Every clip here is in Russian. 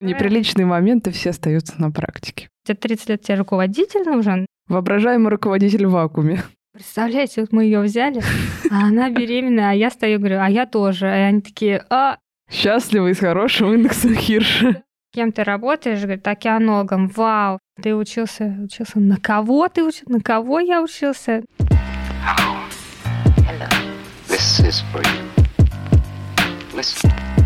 Неприличные моменты все остаются на практике. Тебе 30 лет, тебе руководитель нужен? Воображаемый руководитель в вакууме. Представляете, вот мы ее взяли, а она беременная, а я стою, говорю, а я тоже. И они такие, Счастливый, с хорошим индексом Хирша. Кем ты работаешь? Говорит, океанологом. Вау. Ты учился на кого ты учился? На кого я учился? Hello. This is for you. Listen.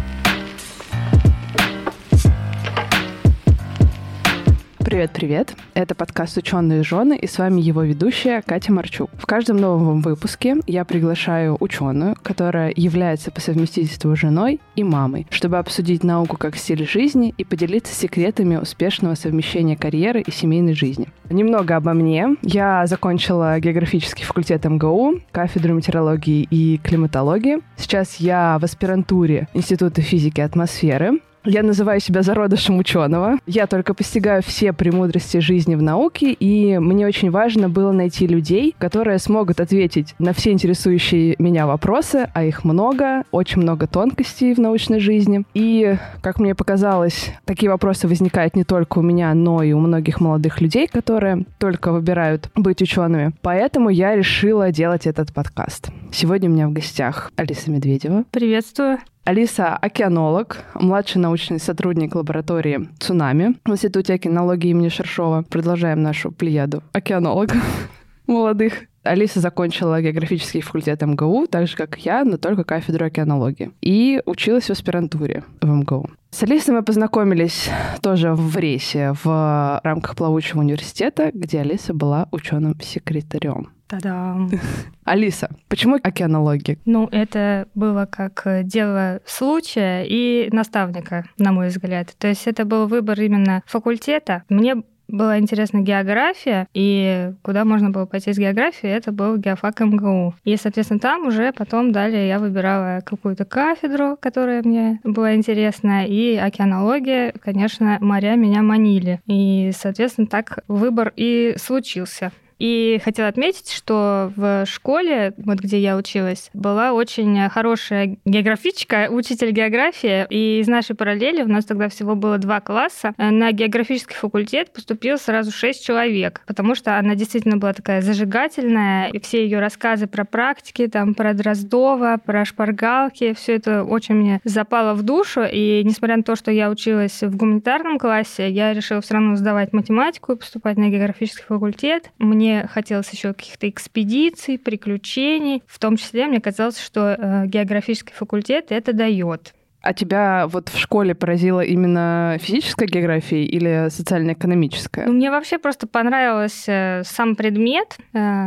Привет-привет! Это подкаст «Ученые жены», и с вами его ведущая Катя Марчук. В каждом новом выпуске я приглашаю ученую, которая является по совместительству женой и мамой, чтобы обсудить науку как стиль жизни и поделиться секретами успешного совмещения карьеры и семейной жизни. Немного обо мне. Я закончила географический факультет МГУ, кафедру метеорологии и климатологии. Сейчас я в аспирантуре Института физики и атмосферы. Я называю себя зародышем ученого. Я только постигаю все премудрости жизни в науке, и мне очень важно было найти людей, которые смогут ответить на все интересующие меня вопросы, а их много, очень много тонкостей в научной жизни. И, как мне показалось, такие вопросы возникают не только у меня, но и у многих молодых людей, которые только выбирают быть учеными. Поэтому я решила делать этот подкаст. Сегодня у меня в гостях Алиса Медведева. Приветствую. Алиса — океанолог, младший научный сотрудник лаборатории «Цунами» в Институте океанологии имени Шершова. Продолжаем нашу плеяду океанологов молодых. Алиса закончила географический факультет МГУ, так же, как и я, но только кафедру океанологии. И училась в аспирантуре в МГУ. С Алисой мы познакомились тоже в рейсе в рамках плавучего университета, где Алиса была ученым-секретарем. Та-дам! Алиса, почему океанология? Это было как дело случая и наставника, на мой взгляд. То есть это был выбор именно факультета. Мне была интересна география, и куда можно было пойти с географией, это был геофак МГУ. И, соответственно, там уже потом далее я выбирала какую-то кафедру, которая мне была интересна, и океанология, конечно, моря меня манили. И, соответственно, так выбор и случился. И хотела отметить, что в школе, где я училась, была очень хорошая географичка, учитель географии. И из нашей параллели, у нас тогда всего было 2 класса, на географический факультет поступило сразу 6 человек, потому что она действительно была такая зажигательная. И все ее рассказы про практики, про Дроздова, про шпаргалки, все это очень мне запало в душу. И несмотря на то, что я училась в гуманитарном классе, я решила все равно сдавать математику и поступать на географический факультет. Мне хотелось еще каких-то экспедиций, приключений. В том числе мне казалось, что географический факультет это дает. А тебя в школе поразила именно физическая география или социально-экономическая? Мне вообще просто понравился сам предмет,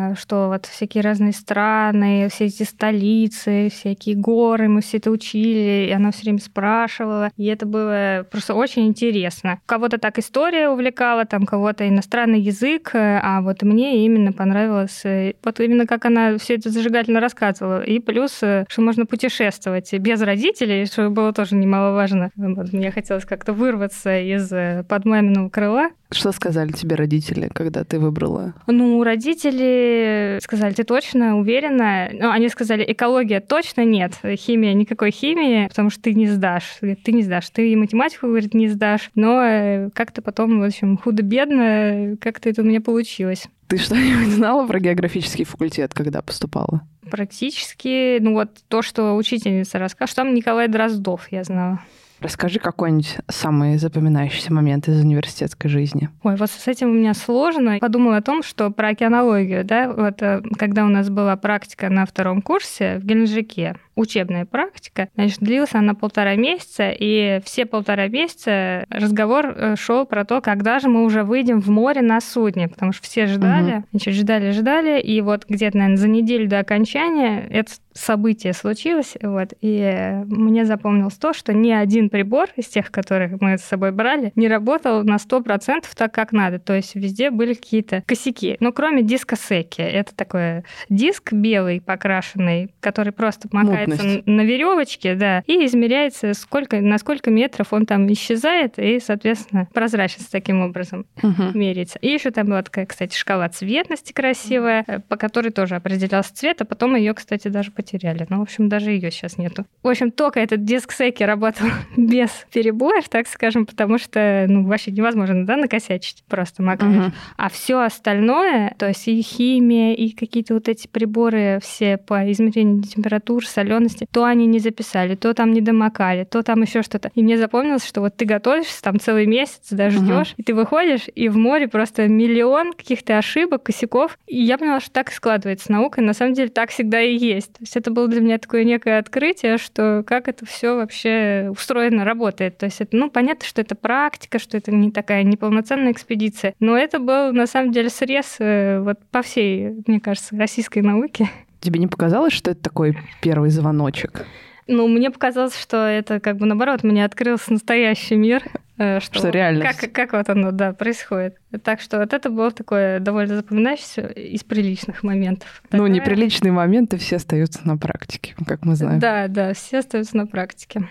что всякие разные страны, все эти столицы, всякие горы, мы все это учили, и она все время спрашивала, и это было просто очень интересно. Кого-то так история увлекала, кого-то иностранный язык, а мне именно понравилось именно как она все это зажигательно рассказывала. И плюс, что можно путешествовать без родителей, что было тоже немаловажно. Мне хотелось как-то вырваться из-под маминого крыла. Что сказали тебе родители, когда ты выбрала? Родители сказали, ты точно уверена? Они сказали, экология точно нет, химия никакой химии, потому что ты не сдашь. Ты не сдашь, ты и математику, говорит, не сдашь. Но как-то потом, в общем, худо-бедно как-то это у меня получилось. Ты что-нибудь знала про географический факультет, когда поступала? Практически, то, что учительница рассказала, что там Николай Дроздов, я знала. Расскажи какой-нибудь самый запоминающийся момент из университетской жизни. С этим у меня сложно. Подумала о том, что про океанологию, когда у нас была практика на 2 курсе в Геленджике, учебная практика, длилась она 1,5 месяца, и все 1,5 месяца разговор шел про то, когда же мы уже выйдем в море на судне, потому что все ждали, ждали, и где-то, наверное, за неделю до окончания это событие случилось, и мне запомнилось то, что ни один прибор из тех, которых мы с собой брали, не работал на 100% так, как надо, то есть везде были какие-то косяки, кроме диска Секи. Это такой диск белый, покрашенный, который просто макается на веревочке, и измеряется, на сколько метров он там исчезает, и, соответственно, прозрачность таким образом меряется. И еще там была такая, кстати, шкала цветности красивая, по которой тоже определялся цвет, а потом ее, кстати, даже по потеряли. Ну, в общем, даже ее сейчас нету. В общем, только этот диск Секи работал без перебоев, так скажем, потому что, вообще невозможно, да, накосячить, просто макаешь. А все остальное, то есть и химия, и какие-то вот эти приборы все по измерению температур, солености, то они не записали, то там не домакали, то там еще что-то. И мне запомнилось, что вот ты готовишься там целый месяц, да, ждешь, и ты выходишь, и в море просто миллион каких-то ошибок, косяков. И я поняла, что так и складывается наука, и на самом деле так всегда и есть. То есть это было для меня такое некое открытие, что как это все вообще устроено, работает. То есть это, понятно, что это практика, что это не такая неполноценная экспедиция, но это был на самом деле срез вот по всей, мне кажется, российской науке. Тебе не показалось, что это такой первый звоночек? Мне показалось, что это как бы наоборот, мне открылся настоящий мир. Что реальность. Как вот оно, да, происходит. Так что вот это было такое довольно запоминающееся из приличных моментов. Неприличные моменты все остаются на практике, как мы знаем. Да, все остаются на практике.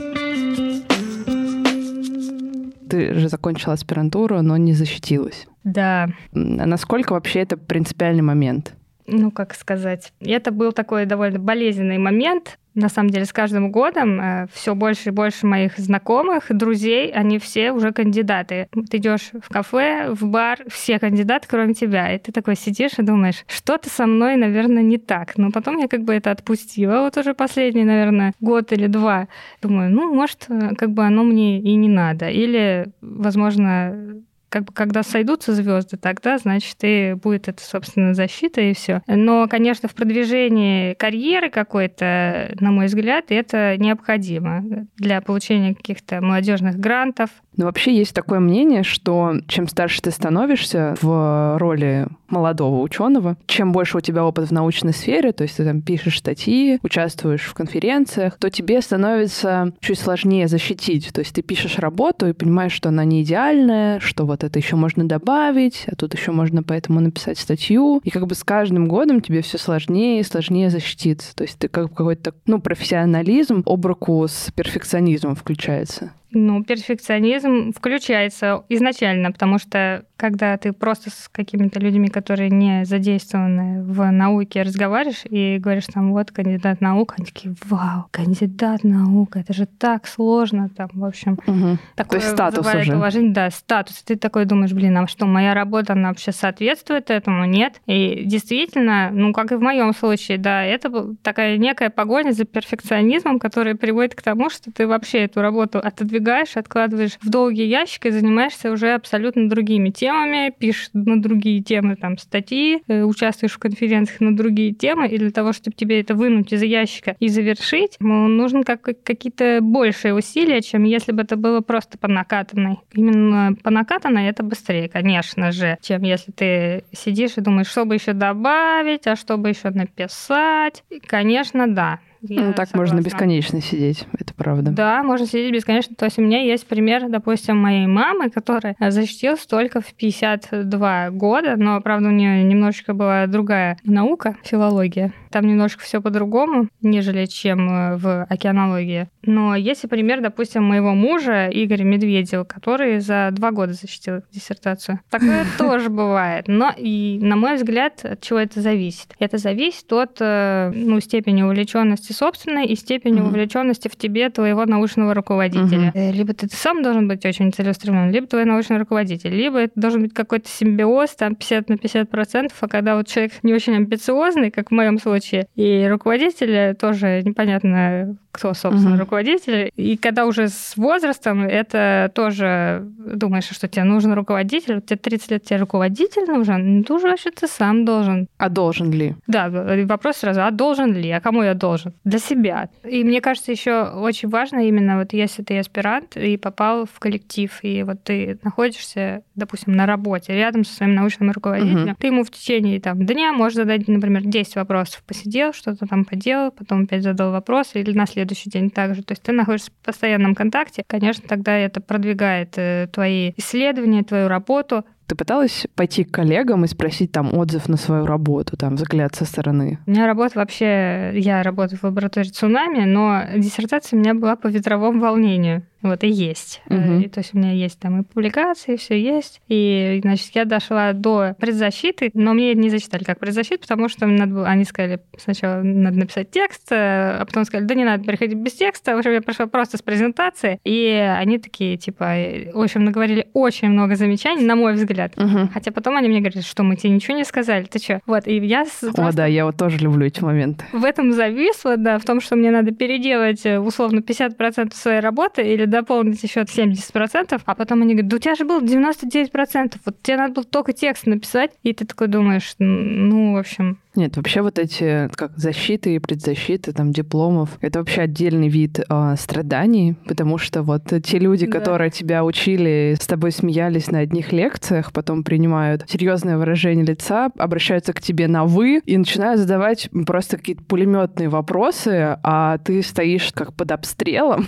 Ты же закончила аспирантуру, но не защитилась. Да. А насколько вообще это принципиальный момент? Как сказать, это был такой довольно болезненный момент. На самом деле, с каждым годом все больше и больше моих знакомых, друзей, они все уже кандидаты. Ты идешь в кафе, в бар, все кандидаты, кроме тебя. И ты такой сидишь и думаешь, что-то со мной, наверное, не так. Но потом я как бы это отпустила. Вот уже последний, наверное, год или два. Думаю, может, как бы оно мне и не надо. Или, возможно, как бы когда сойдутся звезды, тогда, значит, и будет это, собственно, защита и все. Но, конечно, в продвижении карьеры какой-то, на мой взгляд, это необходимо для получения каких-то молодежных грантов. Но вообще есть такое мнение, что чем старше ты становишься в роли молодого ученого, чем больше у тебя опыт в научной сфере, то есть ты там пишешь статьи, участвуешь в конференциях, то тебе становится чуть сложнее защитить. То есть ты пишешь работу и понимаешь, что она не идеальная, что вот это еще можно добавить, а тут еще можно поэтому написать статью. И как бы с каждым годом тебе все сложнее и сложнее защититься. То есть ты как бы какой-то, профессионализм об руку с перфекционизмом включается. Перфекционизм включается изначально, потому что когда ты просто с какими-то людьми, которые не задействованы в науке, разговариваешь и говоришь там, вот, кандидат наук, они такие, вау, кандидат наук, это же так сложно, там, в общем. Такое то есть статус уже. Уважение, да, статус. Ты такой думаешь, а что, моя работа, она вообще соответствует этому? Нет. И действительно, как и в моем случае, да, это такая некая погоня за перфекционизмом, которая приводит к тому, что ты вообще эту работу отодвигаешь, откладываешь в долгий ящик и занимаешься уже абсолютно другими темами, пишешь на другие темы там статьи, участвуешь в конференциях на другие темы, и для того, чтобы тебе это вынуть из ящика и завершить, нужно какие-то большие усилия, чем если бы это было просто по накатанной. Именно по накатанной это быстрее, конечно же, чем если ты сидишь и думаешь, что бы еще добавить, а что бы еще написать. И, конечно, да. Так можно бесконечно сидеть, это правда. Да, можно сидеть бесконечно. То есть у меня есть пример, допустим, моей мамы, которая защитилась только в 52 года, но, правда, у нее немножечко была другая наука, филология. Там немножко все по-другому, нежели чем в океанологии. Но есть и пример, допустим, моего мужа Игоря Медведева, который за 2 года защитил диссертацию. Такое тоже бывает. Но и, на мой взгляд, от чего это зависит? Это зависит от степени увлеченности собственной и степени вовлеченности в тебе твоего научного руководителя. Либо ты сам должен быть очень целеустремлен, либо твой научный руководитель, либо это должен быть какой-то симбиоз, там 50 на 50%, а когда вот человек не очень амбициозный, как в моем случае, и руководитель тоже непонятно, кто, собственно, руководитель. И когда уже с возрастом, это тоже думаешь, что тебе нужен руководитель, тебе 30 лет, тебе руководитель нужен, ты уже вообще ты сам должен. А должен ли? Да, вопрос сразу, а должен ли, а кому я должен? Для себя. И мне кажется, еще очень важно именно вот если ты аспирант и попал в коллектив, и вот ты находишься, допустим, на работе рядом со своим научным руководителем, ты ему в течение дня можешь задать, например, 10 вопросов. Посидел, что-то там поделал, потом опять задал вопрос, или на следующий день также. То есть ты находишься в постоянном контакте. Конечно, тогда это продвигает твои исследования, твою работу. Ты пыталась пойти к коллегам и спросить там отзыв на свою работу, там взгляд со стороны? У меня работа вообще... Я работаю в лаборатории цунами, но диссертация у меня была по ветровому волнению. Вот, и есть. Мгм. И, то есть у меня есть там и публикации, все есть. И, значит, я дошла до предзащиты, но мне не зачитали как предзащиту, потому что мне надо было... Они сказали, сначала надо написать текст, а потом сказали, да не надо переходить без текста. В общем, я пришла просто с презентации, и они такие, типа, в общем, наговорили очень много замечаний, на мой взгляд. Мгм. Хотя потом они мне говорят, что мы тебе ничего не сказали, ты что? Вот, и я О, просто да, я вот тоже люблю эти моменты. в этом зависла, да, в том, что мне надо переделать условно 50% своей работы или дополнить еще 70%, а потом они говорят, да у тебя же было 99%, вот тебе надо было только текст написать, и ты такой думаешь, ну, в общем... Нет, вообще вот эти как защиты и предзащиты, там, дипломов, это вообще отдельный вид страданий, потому что вот те люди, Да. которые тебя учили, с тобой смеялись на одних лекциях, потом принимают серьезное выражение лица, обращаются к тебе на «вы» и начинают задавать просто какие-то пулеметные вопросы, а ты стоишь как под обстрелом,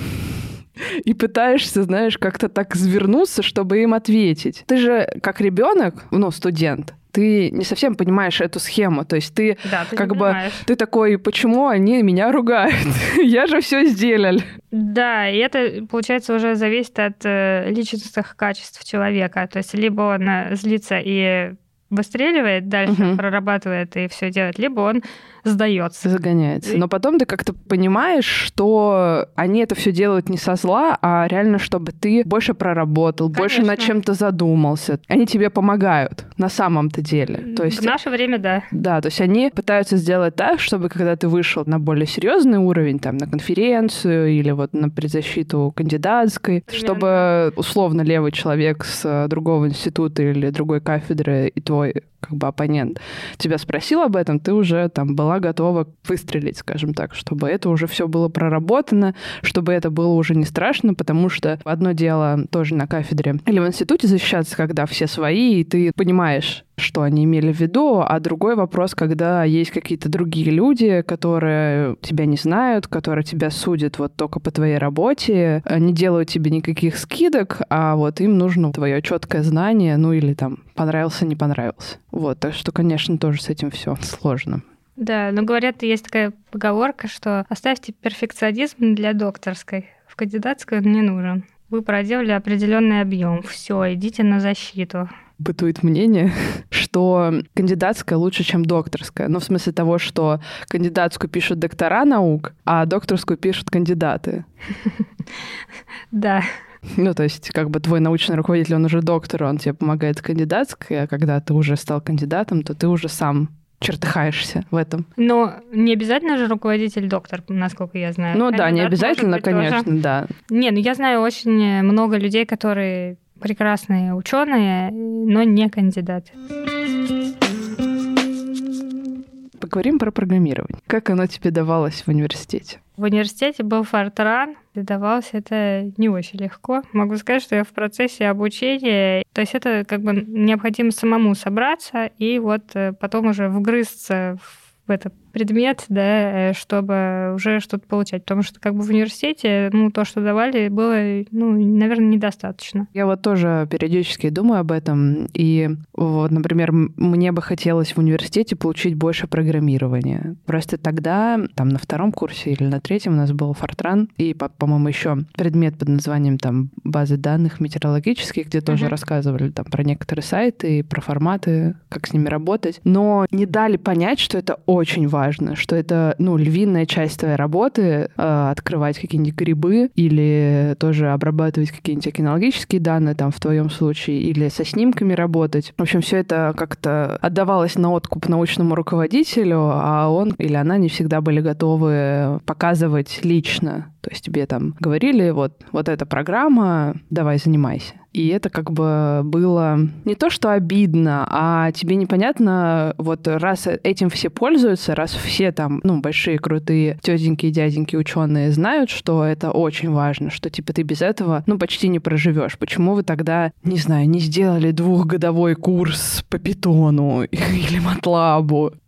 и пытаешься, знаешь, как-то так извернуться, чтобы им ответить. Ты же как ребенок, ну, студент, ты не совсем понимаешь эту схему. То есть ты Да, ты как не бы понимаешь. ты такой, почему они меня ругают? Я же все сделал. Да, и это, получается, уже зависит от личностных качеств человека. То есть либо он злится и выстреливает, дальше Мгм. прорабатывает и все делает, либо он сдается. Загоняется. Но потом ты как-то понимаешь, что они это все делают не со зла, а реально, чтобы ты больше проработал, больше над Конечно. чем-то задумался. Они тебе помогают на самом-то деле. То есть В наше время, да. да, то есть они пытаются сделать так, чтобы когда ты вышел на более серьезный уровень, там, на конференцию или вот на предзащиту кандидатской, Примерно. чтобы условно левый человек с другого института или другой кафедры и твой как бы оппонент тебя спросил об этом, ты уже там была готова выстрелить, скажем так, чтобы это уже все было проработано, чтобы это было уже не страшно, потому что одно дело тоже на кафедре или в институте защищаться, когда все свои, и ты понимаешь, что они имели в виду, а другой вопрос, когда есть какие-то другие люди, которые тебя не знают, которые тебя судят вот только по твоей работе, не делают тебе никаких скидок, а вот им нужно твое четкое знание, ну или там понравился, не понравился. Вот, так что, конечно, тоже с этим все сложно. Да, но говорят, есть такая поговорка, что оставьте перфекционизм для докторской. В кандидатской он не нужен. Вы проделали определенный объем. Все, идите на защиту. Бытует мнение, что кандидатская лучше, чем докторская. Ну, в смысле того, что кандидатскую пишут доктора наук, а докторскую пишут кандидаты. Да. Ну, то есть, как бы твой научный руководитель, он уже доктор, он тебе помогает с кандидатской, а когда ты уже стал кандидатом, то ты уже сам чертыхаешься в этом. Но не обязательно же руководитель доктор, насколько я знаю. Ну да, не Кандидат обязательно, может быть конечно, тоже. да. Не, ну я знаю очень много людей, которые прекрасные ученые, но не кандидаты. Поговорим про программирование. Как оно тебе давалось в университете? В университете был фортран, и давалось это не очень легко. Могу сказать, что я в процессе обучения, то есть это как бы необходимо самому собраться и вот потом уже вгрызться в этот предмет, да, чтобы уже что-то получать. Потому что как бы в университете, ну, то, что давали, было, ну, наверное, недостаточно. Я вот тоже периодически думаю об этом. И вот, например, мне бы хотелось в университете получить больше программирования. Просто тогда, там, на 2-м курсе или на 3-м у нас был фортран, и, по-моему, еще предмет под названием там базы данных метеорологических, где тоже рассказывали там про некоторые сайты и про форматы, как с ними работать. Но не дали понять, что это очень важно, что это, ну, львиная часть твоей работы, открывать какие-нибудь грибы или тоже обрабатывать какие-нибудь океанологические данные, там, в твоем случае, или со снимками работать. В общем, все это как-то отдавалось на откуп научному руководителю, а он или она не всегда были готовы показывать лично. То есть тебе там говорили, вот эта программа, давай занимайся. И это как бы было не то, что обидно, а тебе непонятно, вот раз этим все пользуются, раз все там, ну, большие, крутые тетеньки и дяденьки ученые знают, что это очень важно, что типа ты без этого, ну, почти не проживешь. Почему вы тогда, не знаю, не сделали 2-годовой курс по питону или матлабу?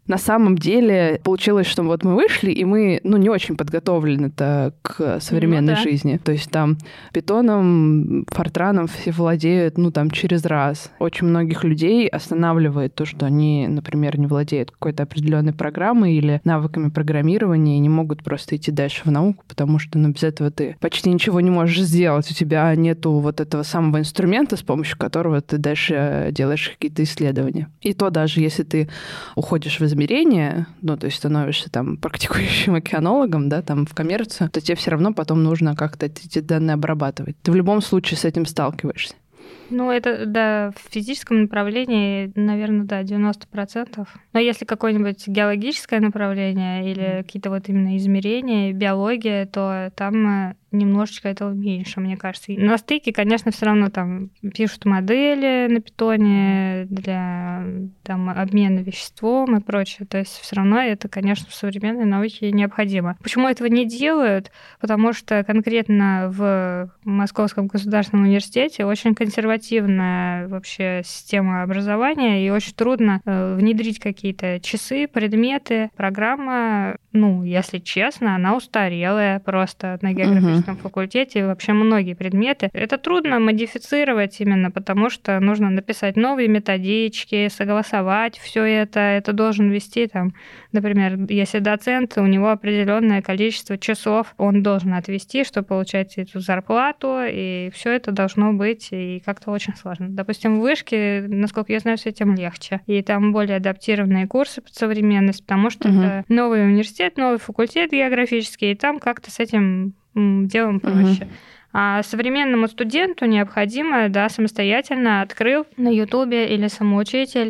На самом деле получилось, что вот мы вышли, и мы, не очень подготовлены-то к современной жизни. То есть там питоном, фортраном все владеют, через раз. Очень многих людей останавливает то, что они, например, не владеют какой-то определенной программой или навыками программирования и не могут просто идти дальше в науку, потому что, без этого ты почти ничего не можешь сделать. У тебя нету вот этого самого инструмента, с помощью которого ты дальше делаешь какие-то исследования. И то даже если ты уходишь в измерения, то есть становишься там практикующим океанологом, да, там в коммерцию, то тебе все равно потом нужно как-то эти данные обрабатывать. Ты в любом случае с этим сталкиваешься. Это, да, в физическом направлении, наверное, да, 90%. Но если какое-нибудь геологическое направление или какие-то вот именно измерения, биология, то там немножечко этого меньше, мне кажется. И на стыке, конечно, все равно там пишут модели на питоне для обмена веществом и прочее. То есть все равно это, конечно, в современной науке необходимо. Почему этого не делают? Потому что конкретно в Московском государственном университете очень консервативная вообще система образования, и очень трудно внедрить какие-то часы, предметы. Программа, если честно, она устарелая просто на географическом факультете, и вообще многие предметы. Это трудно модифицировать именно потому, что нужно написать новые методички, согласовать все это. Это должен вести, например, если доцент, у него определенное количество часов он должен отвести, чтобы получать эту зарплату, и все это должно быть и как-то очень сложно. Допустим, в вышке, насколько я знаю, с этим легче. И там более адаптированные курсы под современность, потому что это новый университет, новый факультет географический, и там как-то с этим делом проще. А современному студенту необходимо, самостоятельно открыл на Ютубе или самоучитель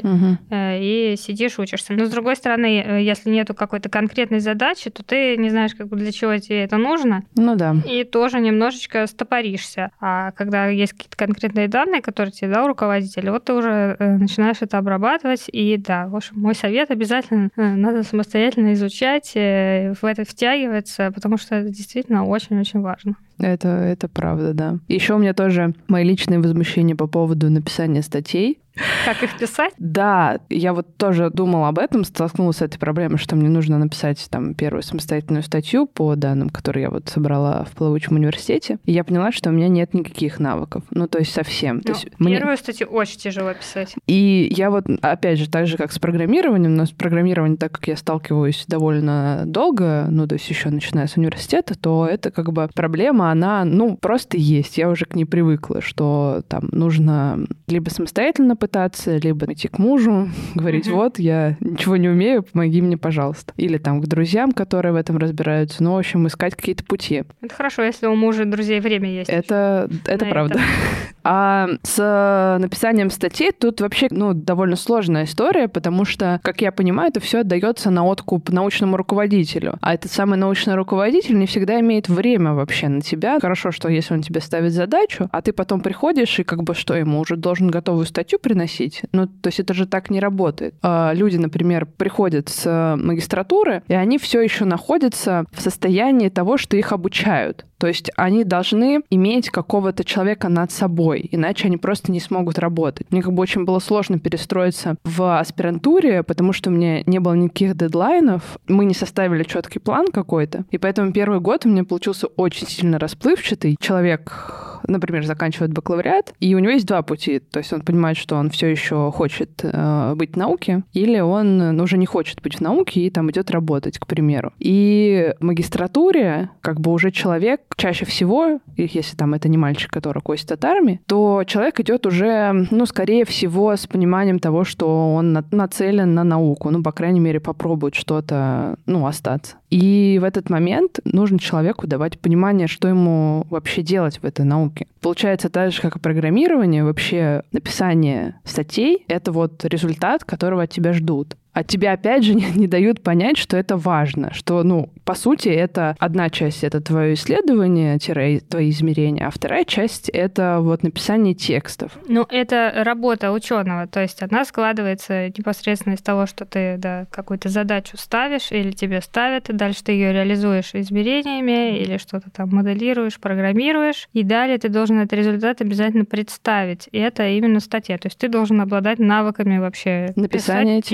и сидишь, учишься. Но, с другой стороны, если нету какой-то конкретной задачи, то ты не знаешь, для чего тебе это нужно. Да. И тоже немножечко стопоришься. А когда есть какие-то конкретные данные, которые тебе дал руководитель, вот ты уже начинаешь это обрабатывать. И да, в общем, мой совет обязательно надо самостоятельно изучать, в это втягиваться, потому что это действительно очень-очень важно. Это правда, да. Еще у меня тоже мои личные возмущения по поводу написания статей. Как их писать? Да, я вот тоже думала об этом, столкнулась с этой проблемой, что мне нужно написать первую самостоятельную статью по данным, которые я вот собрала в плавучем университете. И я поняла, что у меня нет никаких навыков. То есть совсем. Первую статью очень тяжело писать. И я вот, опять же, так же, как с программированием, но с программированием, так как я сталкиваюсь довольно долго, то есть еще начиная с университета, то это проблема, она, просто есть. Я уже к ней привыкла, что нужно либо самостоятельно пытаться, либо идти к мужу, говорить, вот, я ничего не умею, помоги мне, пожалуйста. Или к друзьям, которые в этом разбираются. В общем, искать какие-то пути. Это хорошо, если у мужа и друзей время есть. Это правда. А с написанием статей тут вообще, довольно сложная история, потому что, как я понимаю, это все отдается на откуп научному руководителю. А этот самый научный руководитель не всегда имеет время вообще на тебя. Хорошо, что если он тебе ставит задачу, а ты потом приходишь и что ему уже должен готовую статью приносить. То есть это же так не работает. Люди, например, приходят с магистратуры, и они все еще находятся в состоянии того, что их обучают. То есть они должны иметь какого-то человека над собой, иначе они просто не смогут работать. Мне очень было сложно перестроиться в аспирантуре, потому что у меня не было никаких дедлайнов, мы не составили четкий план какой-то, и поэтому первый год у меня получился очень сильно расплывчатый. Человек, например, заканчивает бакалавриат, и у него есть два пути. То есть он понимает, что он все еще хочет быть в науке, или он уже не хочет быть в науке и идет работать, к примеру. И в магистратуре уже человек чаще всего, если это не мальчик, который косит от армии, то человек идет уже, скорее всего, с пониманием того, что он нацелен на науку, по крайней мере, попробует что-то, остаться. И в этот момент нужно человеку давать понимание, что ему вообще делать в этой науке. Получается, так же, как и программирование, вообще написание статей — это результат, которого от тебя ждут. От тебя, опять же, не дают понять, что это важно, что, по сути, это одна часть — это твое исследование, твои измерения, а вторая часть — это написание текстов. Это работа ученого, то есть она складывается непосредственно из того, что ты какую-то задачу ставишь или тебе ставят, и дальше ты ее реализуешь измерениями или что-то моделируешь, программируешь, и далее ты должен этот результат обязательно представить. И это именно статья, то есть ты должен обладать навыками вообще написания текст,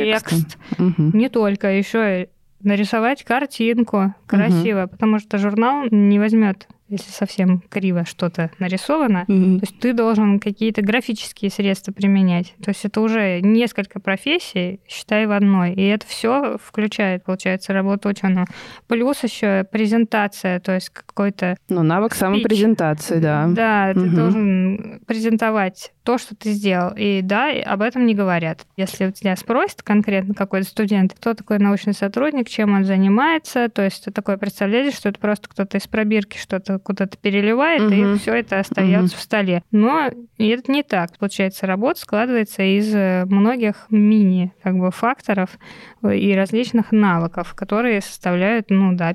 текст. Не только, еще нарисовать картинку красиво, потому что журнал не возьмет, если совсем криво что-то нарисовано, то есть ты должен какие-то графические средства применять. То есть это уже несколько профессий, считай, в одной. И это все включает, получается, работу ученого. Плюс еще презентация, то есть какой-то... навык самопрезентации, да. Да, ты должен презентовать то, что ты сделал. И да, об этом не говорят. Если у тебя спросят конкретно какой-то студент, кто такой научный сотрудник, чем он занимается, то есть ты такое представляешь, что это просто кто-то из пробирки что-то куда-то переливает, и все это остается в столе. Но это не так. Получается, работа складывается из многих факторов и различных навыков, которые составляют,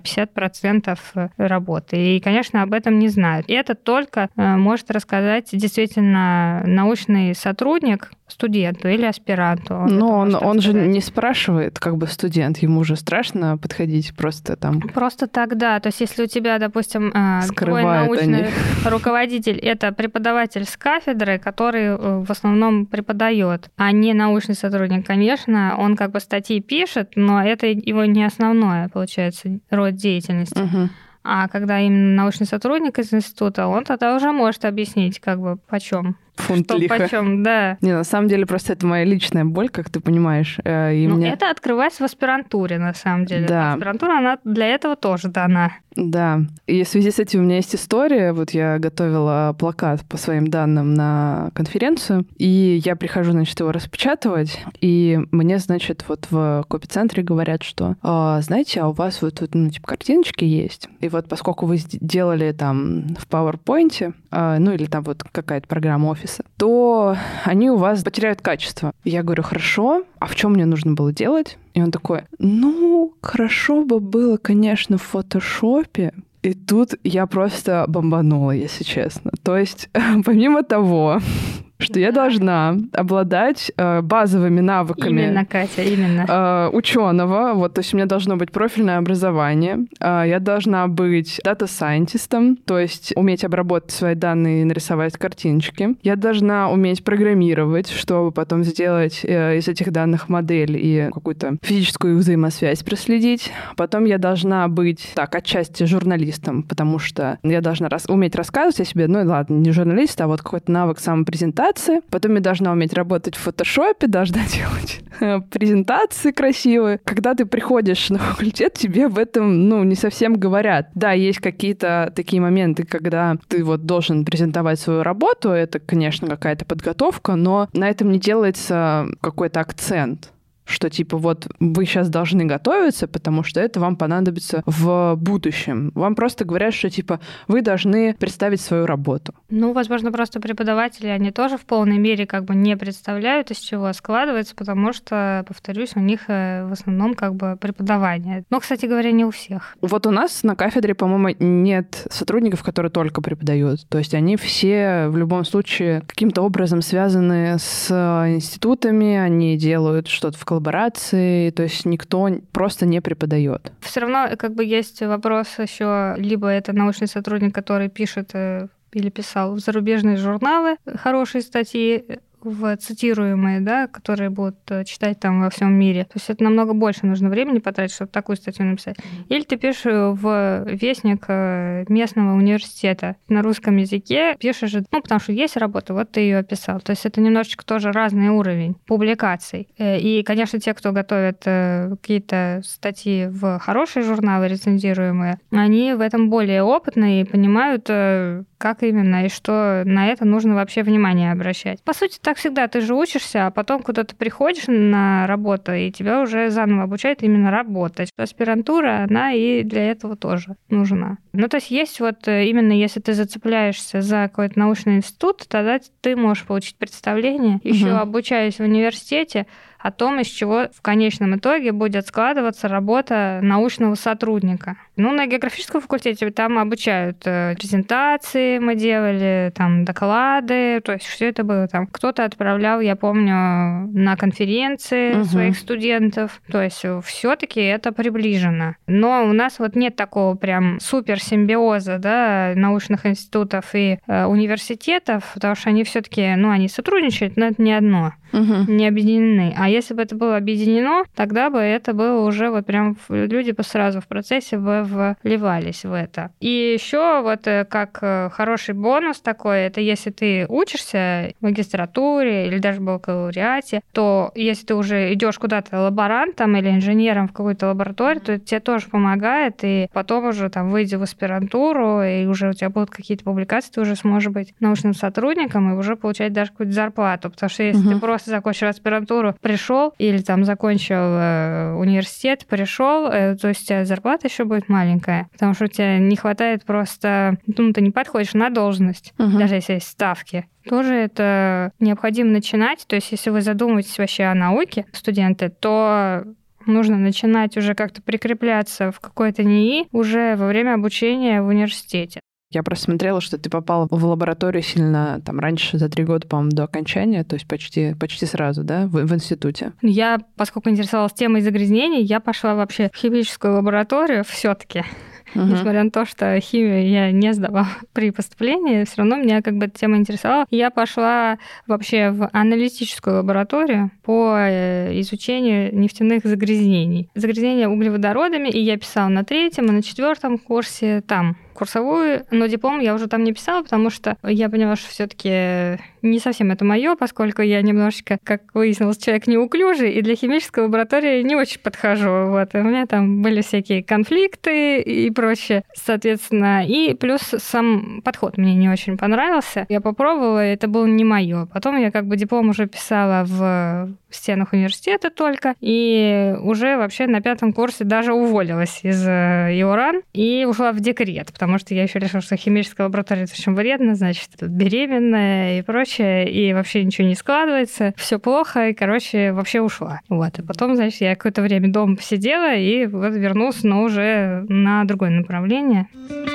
50% работы. И, конечно, об этом не знают. И это только может рассказать действительно научный сотрудник студенту или аспиранту. Но он же не спрашивает, студент, ему же страшно подходить просто там. Просто так, да. То есть если у тебя, допустим, твой научный руководитель — это преподаватель с кафедры, который в основном преподает, а не научный сотрудник, конечно, он статьи пишет, но это его не основное, получается, род деятельности. А когда именно научный сотрудник из института, он тогда уже может объяснить, почем. Фунт лиха. Почем, да. Не, на самом деле, просто это моя личная боль, как ты понимаешь. Это открывается в аспирантуре, на самом деле. Да. Аспирантура, она для этого тоже дана. Да. И в связи с этим у меня есть история. Вот я готовила плакат по своим данным на конференцию, и я прихожу, его распечатывать, и мне, в копи-центре говорят, что, знаете, а у вас вот тут, картиночки есть, и вот поскольку вы делали там в PowerPoint, или там вот какая-то программа офиса, то они у вас потеряют качество. Я говорю, хорошо, а в чем мне нужно было делать? И он такой, хорошо бы было, конечно, в фотошопе. И тут я просто бомбанула, если честно. То есть, помимо того, что я должна обладать базовыми навыками. Именно, Катя, именно. Ученого. То есть у меня должно быть профильное образование. Я должна быть дата-сайентистом, то есть уметь обработать свои данные и нарисовать картиночки. Я должна уметь программировать, чтобы потом сделать из этих данных модель и какую-то физическую взаимосвязь проследить. Потом я должна быть, отчасти журналистом, потому что я должна уметь рассказывать о себе. Ладно, не журналист, а какой-то навык самопрезентации. Потом я должна уметь работать в фотошопе, должна делать презентации красивые. Когда ты приходишь на факультет, тебе об этом, не совсем говорят. Да, есть какие-то такие моменты, когда ты должен презентовать свою работу, это, конечно, какая-то подготовка, но на этом не делается какой-то акцент, что вы сейчас должны готовиться, потому что это вам понадобится в будущем. Вам просто говорят, что вы должны представить свою работу. Возможно, просто преподаватели, они тоже в полной мере не представляют, из чего складывается, потому что, повторюсь, у них в основном преподавание. Но, кстати говоря, не у всех. У нас на кафедре, по-моему, нет сотрудников, которые только преподают. То есть они все в любом случае каким-то образом связаны с институтами, они делают что-то в коллаборации, то есть никто просто не преподает. Все равно есть вопрос еще, либо это научный сотрудник, который пишет или писал в зарубежные журналы хорошие статьи, в цитируемые, которые будут читать там во всем мире. То есть это намного больше нужно времени потратить, чтобы такую статью написать. Или ты пишешь в вестник местного университета на русском языке, пишешь, потому что есть работа, вот ты ее описал. То есть это немножечко тоже разный уровень публикаций. И, конечно, те, кто готовят какие-то статьи в хорошие журналы рецензируемые, они в этом более опытные и понимают, как именно и что на это нужно вообще внимание обращать. По сути, так всегда. Ты же учишься, а потом куда-то приходишь на работу, и тебя уже заново обучают именно работать. Аспирантура, она и для этого тоже нужна. То есть есть именно если ты зацепляешься за какой-то научный институт, тогда ты можешь получить представление, еще обучаясь в университете, о том, из чего в конечном итоге будет складываться работа научного сотрудника. На географическом факультете там обучают презентации, мы делали, там доклады, то есть все это было там. Кто-то отправлял, я помню, на конференции своих студентов, то есть все-таки это приближено. Но у нас нет такого прям суперсимбиоза, научных институтов и университетов, потому что они все-таки, они сотрудничают, но это не одно, не объединены. А если бы это было объединено, тогда бы это было уже вот прям люди бы сразу в процессе бы вливались в это. И еще вот как хороший бонус такой, это если ты учишься в магистратуре или даже в бакалавриате, то если ты уже идешь куда-то лаборантом или инженером в какую-то лабораторию, то это тебе тоже помогает, и потом уже там выйдя в аспирантуру, и уже у тебя будут какие-то публикации, ты уже сможешь быть научным сотрудником и уже получать даже какую-то зарплату. Потому что если ты просто закончил аспирантуру, пришел, или там закончил университет, пришел, то есть у тебя зарплата еще будет маленькая, потому что у тебя не хватает просто, ну, ты не подходишь на должность, даже если есть ставки. Тоже это необходимо начинать. То есть если вы задумываетесь вообще о науке, студенты, то нужно начинать уже как-то прикрепляться в какой-то НИИ уже во время обучения в университете. Я просто смотрела, что ты попала в лабораторию сильно там раньше, за 3 года, по-моему, до окончания, то есть почти сразу, да, в институте. Я, поскольку интересовалась темой загрязнений, я пошла вообще в химическую лабораторию все-таки. Несмотря на то, что химию я не сдавала при поступлении, все равно меня как бы эта тема интересовала. Я пошла вообще в аналитическую лабораторию по изучению нефтяных загрязнений. Загрязнения углеводородами, и я писала на 3-м и на 4-м курсе там курсовую, но диплом я уже там не писала, потому что я поняла, что все-таки не совсем это мое, поскольку я немножечко, как выяснилось, человек неуклюжий, и для химической лаборатории не очень подхожу. Вот. И у меня там были всякие конфликты и прочее, соответственно. И плюс сам подход мне не очень понравился. Я попробовала, и это было не мое. Потом я как бы диплом уже писала в стенах университета только, и уже вообще на 5-м курсе даже уволилась из ИОРАН и ушла в декрет, потому что я еще решила, что химическая лаборатория очень вредно, значит, беременная и прочее, и вообще ничего не складывается, все плохо, и, короче, вообще ушла. Вот. И потом, значит, я какое-то время дома посидела и вот вернулась, но уже на другое направление.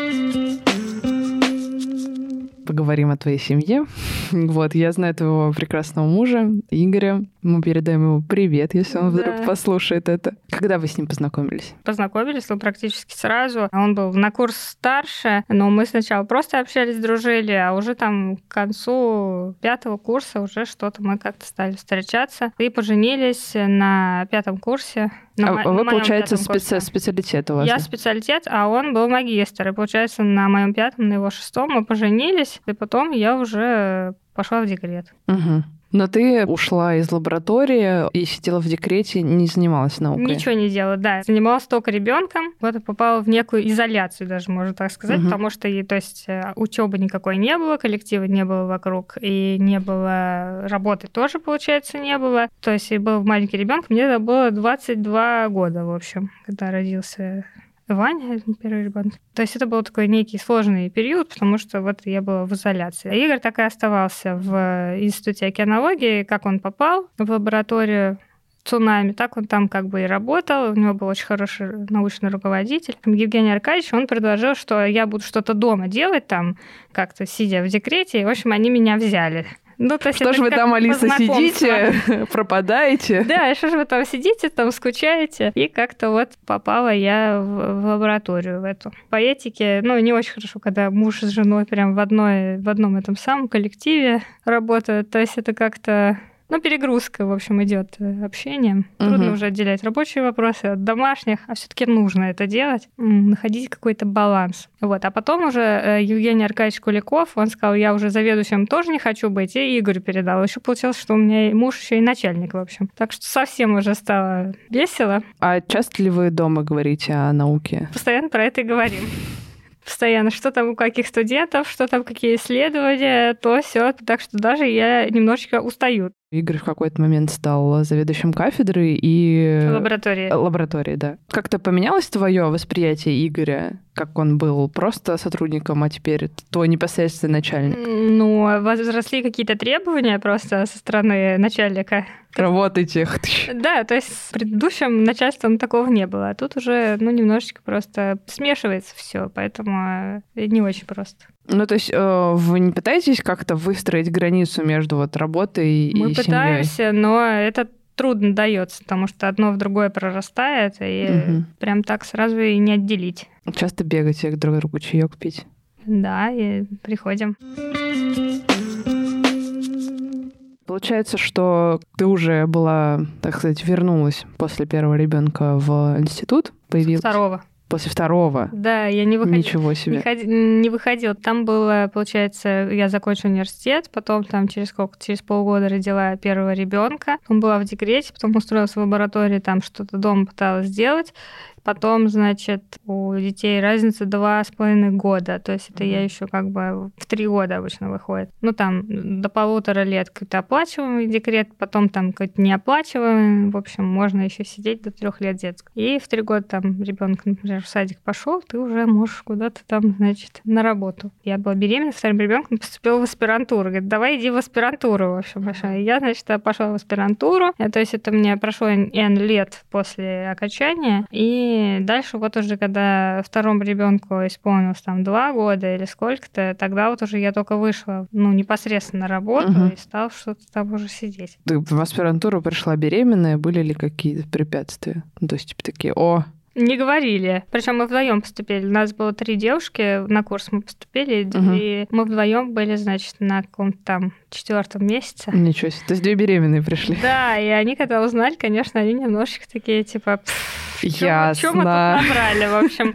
Поговорим о твоей семье. Вот, я знаю твоего прекрасного мужа, Игоря. Мы передаем ему привет, если он вдруг послушает это. Когда вы с ним познакомились? Познакомились мы практически сразу. Он был на курс старше, но мы сначала просто общались, дружили, а уже там к концу 5-го курса уже что-то мы как-то стали встречаться и поженились на 5-м курсе. Вы, получается, специалитет у вас? Я специалитет, а он был магистр. И, получается, на моем 5-м, на его 6-м мы поженились, и потом я уже пошла в декрет. Угу. Но ты ушла из лаборатории и сидела в декрете, не занималась наукой? Ничего не делала, да. Занималась только ребенком. Вот попала в некую изоляцию, даже можно так сказать, потому что, то есть, учебы никакой не было, коллектива не было вокруг, и не было работы тоже, получается, не было. То есть, и был маленький ребенок, мне тогда было 22 года, в общем, когда родился Ваня, первый ребенок. То есть это был такой некий сложный период, потому что вот я была в изоляции. А Игорь так и оставался в Институте океанологии. Как он попал в лабораторию цунами, так он там как бы и работал. У него был очень хороший научный руководитель. Евгений Аркадьевич, он предложил, что я буду что-то дома делать там, как-то сидя в декрете. И, в общем, они меня взяли. Ну, то есть что же вы там, Алиса, сидите, пропадаете? Да, и что же вы там сидите, там скучаете? И как-то вот попала я в лабораторию в эту. По этике, ну, не очень хорошо, когда муж с женой прям в одном этом самом коллективе работают. То есть это как-то... Ну, перегрузка, в общем, идет общением. Трудно уже отделять рабочие вопросы от домашних, а все-таки нужно это делать, находить какой-то баланс. Вот. А потом уже Евгений Аркадьевич Куликов, он сказал, я уже заведующим тоже не хочу быть, и Игорю передал. Еще получилось, что у меня муж еще и начальник, в общем. Так что совсем уже стало весело. А часто ли вы дома говорите о науке? Постоянно про это и говорим. Постоянно, что там у каких студентов, что там какие исследования, то все. Так что даже я немножечко устаю. Игорь в какой-то момент стал заведующим кафедры и... Лаборатории, да. Как-то поменялось твое восприятие Игоря? Как он был просто сотрудником, а теперь твой непосредственный начальник? Ну, возросли какие-то требования просто со стороны начальника. Работайте. Да, то есть с предыдущим начальством такого не было. А тут уже, немножечко просто смешивается все, поэтому не очень просто. Ну, то есть вы не пытаетесь как-то выстроить границу между вот работой и семьей? Мы пытаемся, но это трудно дается, потому что одно в другое прорастает, и прям так сразу и не отделить. Часто бегаете друг к другу чаек пить? Да, и приходим. Получается, что ты уже была, так сказать, вернулась после первого ребенка в институт, появилась. Второго. После второго? Да, я не выходила. Ничего себе. Не выходила. Там было, получается, я закончила университет, потом там через полгода родила первого ребенка, потом была в декрете, потом устроилась в лаборатории, там что-то дома пыталась сделать. Потом, значит, у детей разница 2,5 года. То есть это я еще как бы в 3 года обычно выходит. Ну, там до 1,5 лет какой-то оплачиваемый декрет, потом там какой-то неоплачиваемый. В общем, можно еще сидеть до 3 лет детского. И в 3 года там ребенок, например, в садик пошел, ты уже можешь куда-то там, значит, на работу. Я была беременна, вторым ребенком поступила в аспирантуру. Говорит, давай иди в аспирантуру, в общем. И я, значит, пошла в аспирантуру. То есть это мне прошло N лет после окончания. И дальше вот уже, когда второму ребенку исполнилось там 2 года или сколько-то, тогда вот уже я только вышла, непосредственно на работу и стала что-то там уже сидеть. Ты в аспирантуру пришла беременная, были ли какие-то препятствия? То есть, типа, такие, Не говорили. Причем мы вдвоем поступили. У нас было 3 девушки, на курс мы поступили, и мы вдвоем были, значит, на каком-то там 4-м месяце. Ничего себе. То есть 2 беременные пришли. Да, и они, когда узнали, конечно, они немножечко такие, типа... Ясно. Чё мы тут набрали, в общем.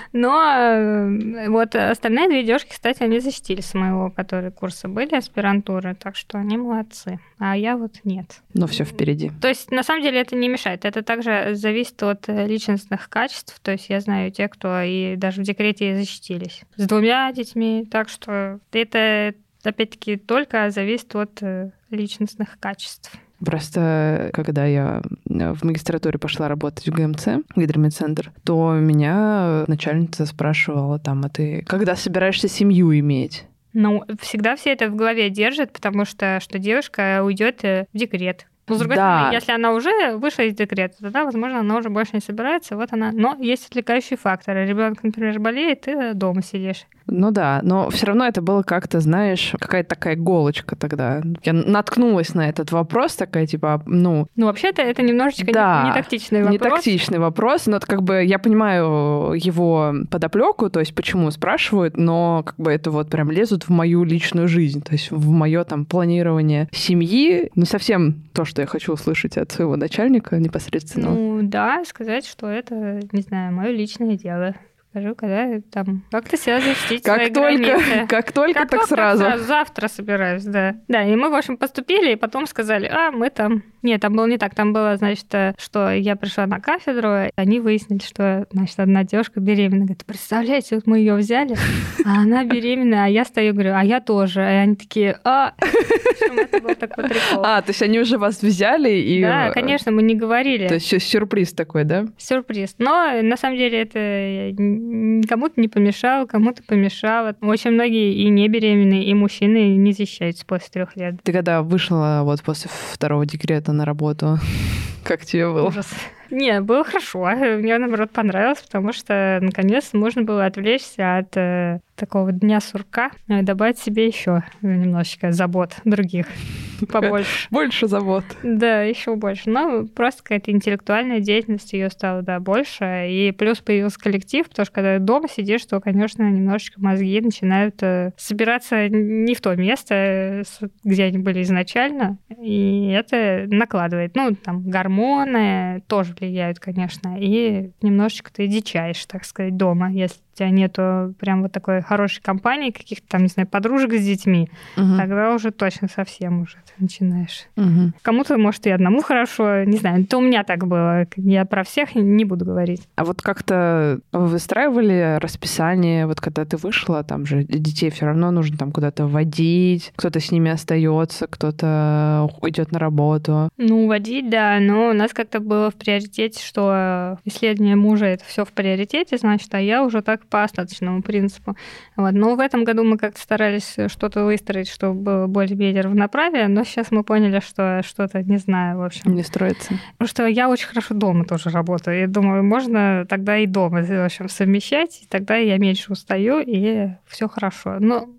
Но вот остальные 2 девушки, кстати, они защитились с моего, которые курсы были, аспирантуры, так что они молодцы. А я вот нет. Но все впереди. То есть, на самом деле, это не мешает. Это также зависит от личностных качеств. То есть, я знаю те, кто и даже в декрете и защитились. С 2 детьми. Так что это, опять-таки, только зависит от личностных качеств. Просто, когда я в магистратуре пошла работать в ГМЦ, гидромедцентр, то меня начальница спрашивала там, а ты когда собираешься семью иметь? Всегда все это в голове держат, потому что девушка уйдет в декрет. Но, с другой стороны, если она уже вышла из декрета, тогда, возможно, она уже больше не собирается. Вот она. Но есть отвлекающие факторы. Ребенок, например, болеет, ты дома сидишь. Ну да, но все равно это было как-то, знаешь, какая-то такая иголочка тогда. Я наткнулась на этот вопрос, такая типа, вообще-то это немножечко не тактичный вопрос. Не тактичный вопрос, но как бы я понимаю его подоплеку, то есть почему спрашивают, но как бы это вот прям лезут в мою личную жизнь, то есть в мое там планирование семьи, совсем то, что я хочу услышать от своего начальника непосредственно. Да, сказать, что это, не знаю, мое личное дело. Скажу, когда там как-то себя защитить свои границы. Как только, так сразу. Завтра собираюсь, да. Да, и мы, в общем, поступили, и потом сказали, мы там... Нет, там было не так. Там было, значит, что я пришла на кафедру, и они выяснили, что, значит, одна девушка беременна. Говорит, представляете, вот мы ее взяли, а она беременная, а я стою, говорю, а я тоже. И они такие, В общем, это был такой прикол. То есть они уже вас взяли и... Да, конечно, мы не говорили. То есть сюрприз такой, да? Сюрприз. Но, на самом деле, это кому-то не помешало, кому-то помешало. Очень многие и не беременные, и мужчины не защищаются после 3 лет. Ты когда вышла вот после 2-го декрета на работу, как тебе было? Ужас. Не, было хорошо. Мне, наоборот, понравилось, потому что, наконец, можно было отвлечься от такого дня сурка и добавить себе еще немножечко забот других. Побольше. Больше забот. Да, еще больше. Но просто какая-то интеллектуальная деятельность ее стала, больше. И плюс появился коллектив, потому что когда дома сидишь, то, конечно, немножечко мозги начинают собираться не в то место, где они были изначально. И это накладывает. Там гормоны тоже влияют, конечно. И немножечко ты дичаешь, так сказать, дома, если у тебя нету прям вот такой хорошей компании, каких-то там, не знаю, подружек с детьми, тогда уже точно совсем уже ты начинаешь. Кому-то, может, и одному хорошо, не знаю. Это у меня так было. Я про всех не буду говорить. А вот как-то вы выстраивали расписание, вот когда ты вышла, там же детей все равно нужно там куда-то водить, кто-то с ними остается, кто-то идет на работу. Водить, да, но у нас как-то было в приоритете, что исследование мужа — это все в приоритете, значит, а я уже так по остаточному принципу. Вот. Но в этом году мы как-то старались что-то выстроить, чтобы было более-менее равноправие, но сейчас мы поняли, что что-то, не знаю, в общем. Не строится. Потому что я очень хорошо дома тоже работаю. Я думаю, можно тогда и дома, в общем, совмещать, и тогда я меньше устаю, и все хорошо. Но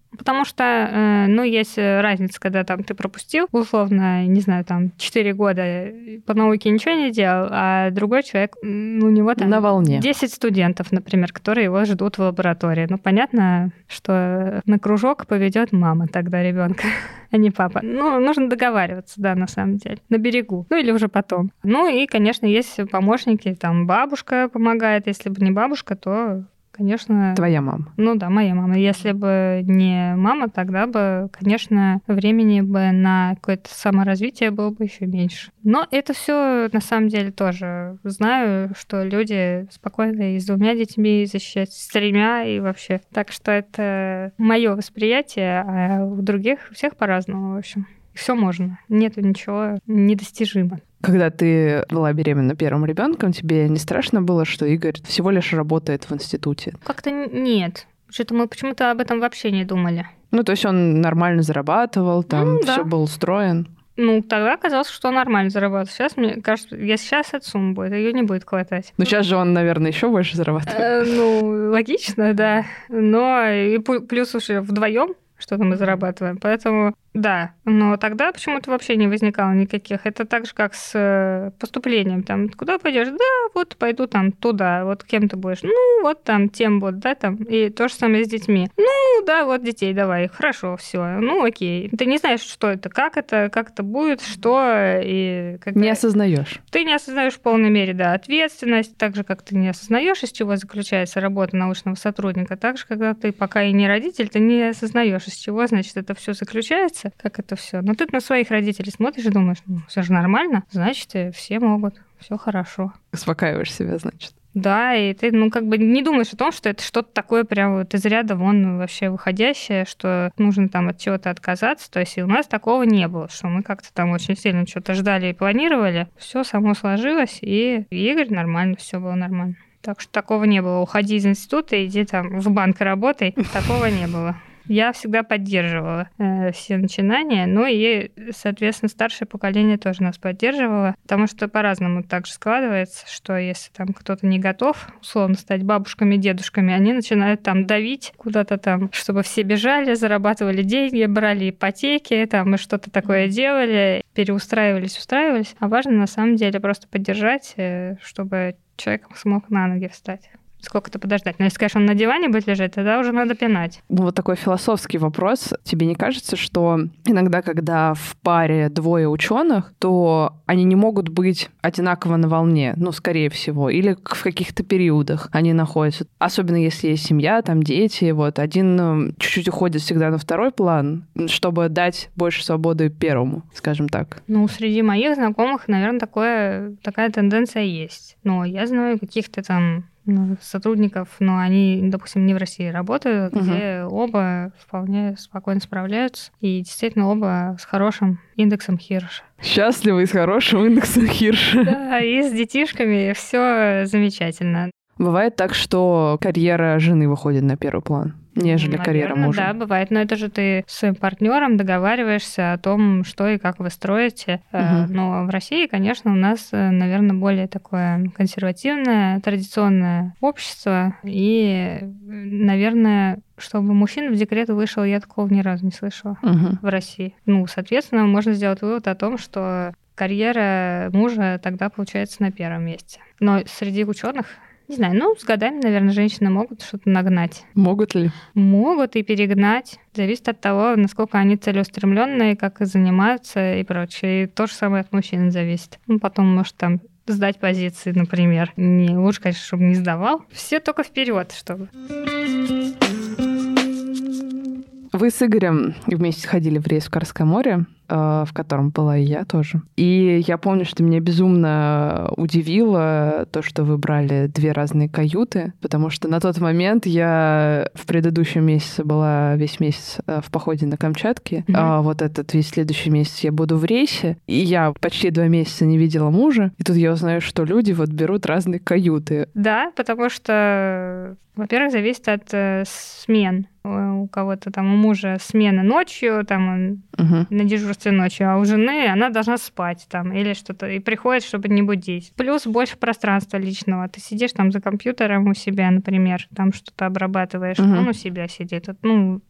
Потому что, есть разница, когда там ты пропустил, условно, не знаю, там 4 года по науке ничего не делал, а другой человек, у него там на волне. 10 студентов, например, которые его ждут в лаборатории. Понятно, что на кружок поведет мама тогда ребенка, а не папа. Нужно договариваться, да, на самом деле, на берегу. Или уже потом. И, конечно, есть помощники, там бабушка помогает. Если бы не бабушка, то... Конечно... Твоя мама. Да, моя мама. Если бы не мама, тогда бы, конечно, времени бы на какое-то саморазвитие было бы еще меньше. Но это все на самом деле тоже знаю, что люди спокойно и с 2 детьми защищают, с 3 и вообще. Так что это мое восприятие, а у других всех по-разному, в общем. Все можно. Нету ничего недостижимого. Когда ты была беременна первым ребенком, тебе не страшно было, что Игорь всего лишь работает в институте? Как-то нет. Что-то мы почему-то об этом вообще не думали. То есть он нормально зарабатывал, там все был устроен. Тогда казалось, что он нормально зарабатывает. Сейчас, мне кажется, если сейчас от суммы будет, ее не будет хватать. Сейчас же он, наверное, еще больше зарабатывает. Логично, да. Но и плюс уже вдвоем что-то мы зарабатываем. Поэтому да, но тогда почему-то вообще не возникало никаких. Это так же, как с поступлением. Там, куда пойдешь? Да, вот пойду там туда. Вот кем ты будешь? Вот там тем вот, да, там. И то же самое с детьми. Да, вот детей давай. Хорошо, все. Окей. Ты не знаешь, что это, как это будет, что и когда... Не осознаешь. Ты не осознаешь в полной мере, да, ответственность. Так же, как ты не осознаешь, из чего заключается работа научного сотрудника. Так же, когда ты пока и не родитель, ты не осознаешь, из чего, значит, это все заключается. Как это все. Но ты на своих родителей смотришь и думаешь, все же нормально, значит, все могут, все хорошо. Успокаиваешь себя, значит. Да, и ты, не думаешь о том, что это что-то такое прям вот из ряда вон вообще выходящее, что нужно там от чего-то отказаться. То есть и у нас такого не было, что мы как-то там очень сильно что-то ждали и планировали. Все само сложилось, и Игорь нормально, все было нормально. Так что такого не было. Уходи из института, иди там в банк работай. Такого не было. Я всегда поддерживала все начинания, и, соответственно, старшее поколение тоже нас поддерживало, потому что по-разному также складывается, что если там кто-то не готов, условно, стать бабушками, дедушками, они начинают там давить куда-то там, чтобы все бежали, зарабатывали деньги, брали ипотеки, там, и что-то такое делали, переустраивались, устраивались. А важно, на самом деле, просто поддержать, чтобы человек смог на ноги встать. Сколько-то подождать. Но если, конечно, он на диване будет лежать, тогда уже надо пинать. Вот такой философский вопрос. Тебе не кажется, что иногда, когда в паре 2 ученых, то они не могут быть одинаково на волне, скорее всего, или в каких-то периодах они находятся. Особенно если есть семья, там дети, один чуть-чуть уходит всегда на второй план, чтобы дать больше свободы первому, скажем так. Среди моих знакомых, наверное, такая тенденция есть. Но я знаю каких-то там сотрудников, но они, допустим, не в России работают, где оба вполне спокойно справляются, и действительно оба с хорошим индексом Хирша. Счастливы и с хорошим индексом Хирша. Да, и с детишками все замечательно. Бывает так, что карьера жены выходит на первый план, нежели карьера мужа. Да, бывает. Но это же ты с своим партнером договариваешься о том, что и как вы строите. Но в России, конечно, у нас, наверное, более такое консервативное, традиционное общество. И, наверное, чтобы мужчина в декрет вышел, я такого ни разу не слышала в России. Соответственно, можно сделать вывод о том, что карьера мужа тогда получается на первом месте. Но среди ученых, не знаю, с годами, наверное, женщины могут что-то нагнать. Могут ли? Могут и перегнать. Зависит от того, насколько они целеустремленные, как занимаются и прочее. И то же самое от мужчин зависит. Потом, может, там сдать позиции, например. Не лучше, конечно, чтобы не сдавал. Все только вперед, чтобы. Вы с Игорем вместе ходили в рейс в Карское море, в котором была и я тоже. И я помню, что меня безумно удивило то, что вы брали 2 разные каюты, потому что на тот момент я в предыдущем месяце была весь месяц в походе на Камчатке, а вот этот весь следующий месяц я буду в рейсе, и я почти 2 месяца не видела мужа, и тут я узнаю, что люди берут разные каюты. Да, потому что, во-первых, зависит от смен. У кого-то там, у мужа смена ночью, там он на дежурстве ночью, а у жены она должна спать там или что-то, и приходит, чтобы не будить. Плюс больше пространства личного. Ты сидишь там за компьютером у себя, например, там что-то обрабатываешь, он у себя сидит.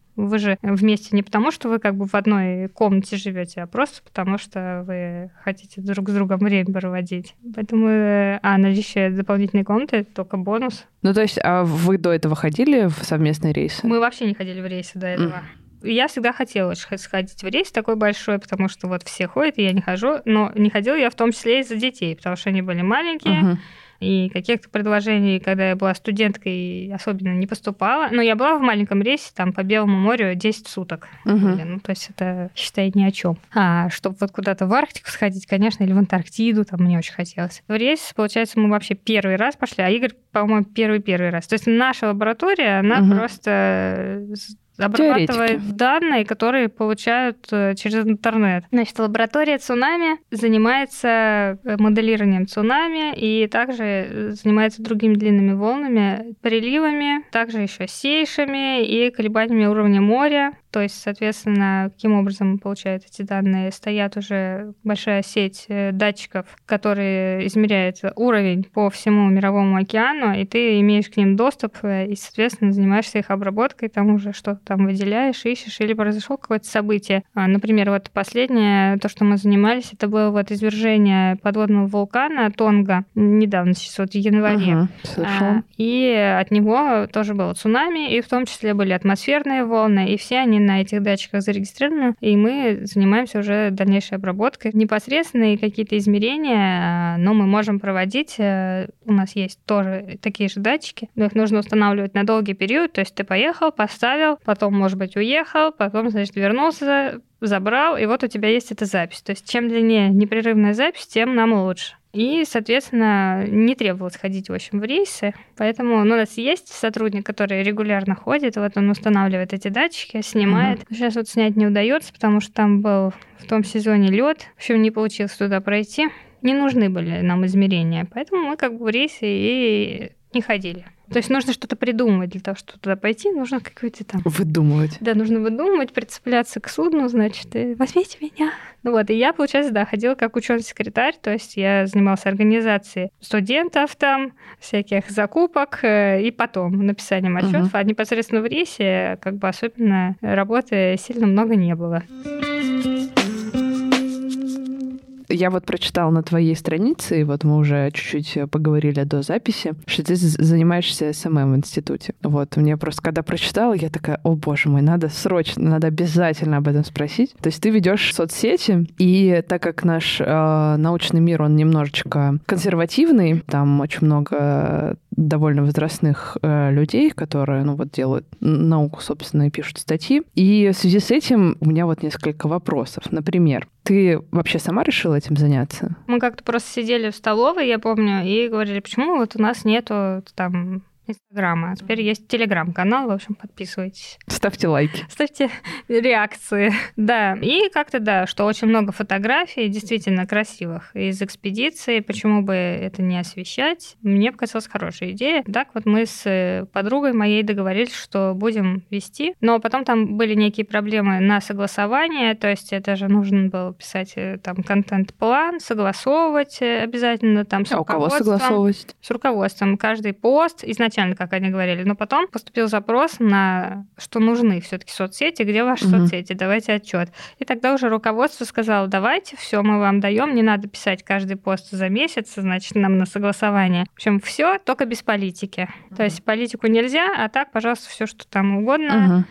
Вы же вместе не потому, что вы как бы в одной комнате живете, а просто потому, что вы хотите друг с другом время проводить. Поэтому наличие дополнительной комнаты — это только бонус. Ну, то есть, а вы до этого ходили в совместные рейсы? Мы вообще не ходили в рейсы до этого. Я всегда хотела сходить в рейс такой большой, потому что вот все ходят, и я не хожу. Но не ходила я в том числе из-за детей, потому что они были маленькие. И каких-то предложений, когда я была студенткой, особенно не поступала. Но я была в маленьком рейсе, там, по Белому морю 10 суток. Ну, то есть это, считай, ни о чем. А чтобы вот куда-то в Арктику сходить, конечно, или в Антарктиду, там мне очень хотелось. В рейс, получается, мы вообще первый раз пошли, а Игорь, по-моему, первый раз. То есть наша лаборатория, она просто обрабатывает данные, которые получают через интернет. Значит, лаборатория цунами занимается моделированием цунами и также занимается другими длинными волнами, приливами, также еще сейшами и колебаниями уровня моря. То есть, соответственно, каким образом получают эти данные? Стоят уже большая сеть датчиков, которые измеряют уровень по всему мировому океану, и ты имеешь к ним доступ и, соответственно, занимаешься их обработкой, там уже что-то там выделяешь, ищешь, или произошло какое-то событие. Например, вот последнее, то, что мы занимались, это было вот извержение подводного вулкана Тонга недавно, сейчас вот в январе. И от него тоже было цунами, и в том числе были атмосферные волны, и все они на этих датчиках зарегистрированы, и мы занимаемся уже дальнейшей обработкой. Непосредственные какие-то измерения, но мы можем проводить. У нас есть тоже такие же датчики, но их нужно устанавливать на долгий период, то есть ты поехал, поставил, потом, может быть, уехал, потом, значит, вернулся, забрал, и вот у тебя есть эта запись. То есть чем длиннее непрерывная запись, тем нам лучше. И, соответственно, не требовалось ходить, в общем, в рейсы. Поэтому у нас есть сотрудник, который регулярно ходит, вот он устанавливает эти датчики, снимает. Сейчас вот снять не удается, потому что там был в том сезоне лед. В общем, не получилось туда пройти. Не нужны были нам измерения, поэтому мы как бы в рейсы и не ходили. То есть нужно что-то придумывать для того, чтобы туда пойти, нужно какой-то там... Выдумывать. Да, нужно выдумывать, прицепляться к судну, значит, и возьмите меня. Ну вот, и я, получается, да, ходила как ученый-секретарь, то есть я занималась организацией студентов там, всяких закупок, и потом написанием отчетов, а непосредственно в рейсе как бы особенно работы сильно много не было. Я вот прочитала на твоей странице, и вот мы уже чуть-чуть поговорили до записи, что ты занимаешься СММ в институте. Вот, мне просто, когда прочитала, я такая, о боже мой, надо обязательно об этом спросить. То есть ты ведешь соцсети, и так как наш научный мир, он немножечко консервативный, там очень много довольно возрастных людей, которые, делают науку, собственно, и пишут статьи. И в связи с этим у меня вот несколько вопросов. Например, ты вообще сама решила этим заняться? Мы как-то просто сидели в столовой, я помню, и говорили, почему вот у нас нету там Инстаграма. Теперь есть Телеграм-канал, в общем, подписывайтесь. Ставьте лайки. Ставьте реакции. Да, и как-то, да, что очень много фотографий, действительно красивых, из экспедиции, почему бы это не освещать. Мне показалась хорошая идея. Так вот мы с подругой моей договорились, что будем вести, но потом там были некие проблемы на согласование, то есть это же нужно было писать там контент-план, согласовывать обязательно там с руководством. А у кого согласовывать? С руководством. Каждый пост изначально, как они говорили, но потом поступил запрос на что нужны все-таки соцсети, где ваши соцсети, давайте отчет. И тогда уже руководство сказало, давайте, все, мы вам даем, не надо писать каждый пост за месяц, значит, нам на согласование. В общем, все только без политики. То есть политику нельзя, а так, пожалуйста, все, что там угодно.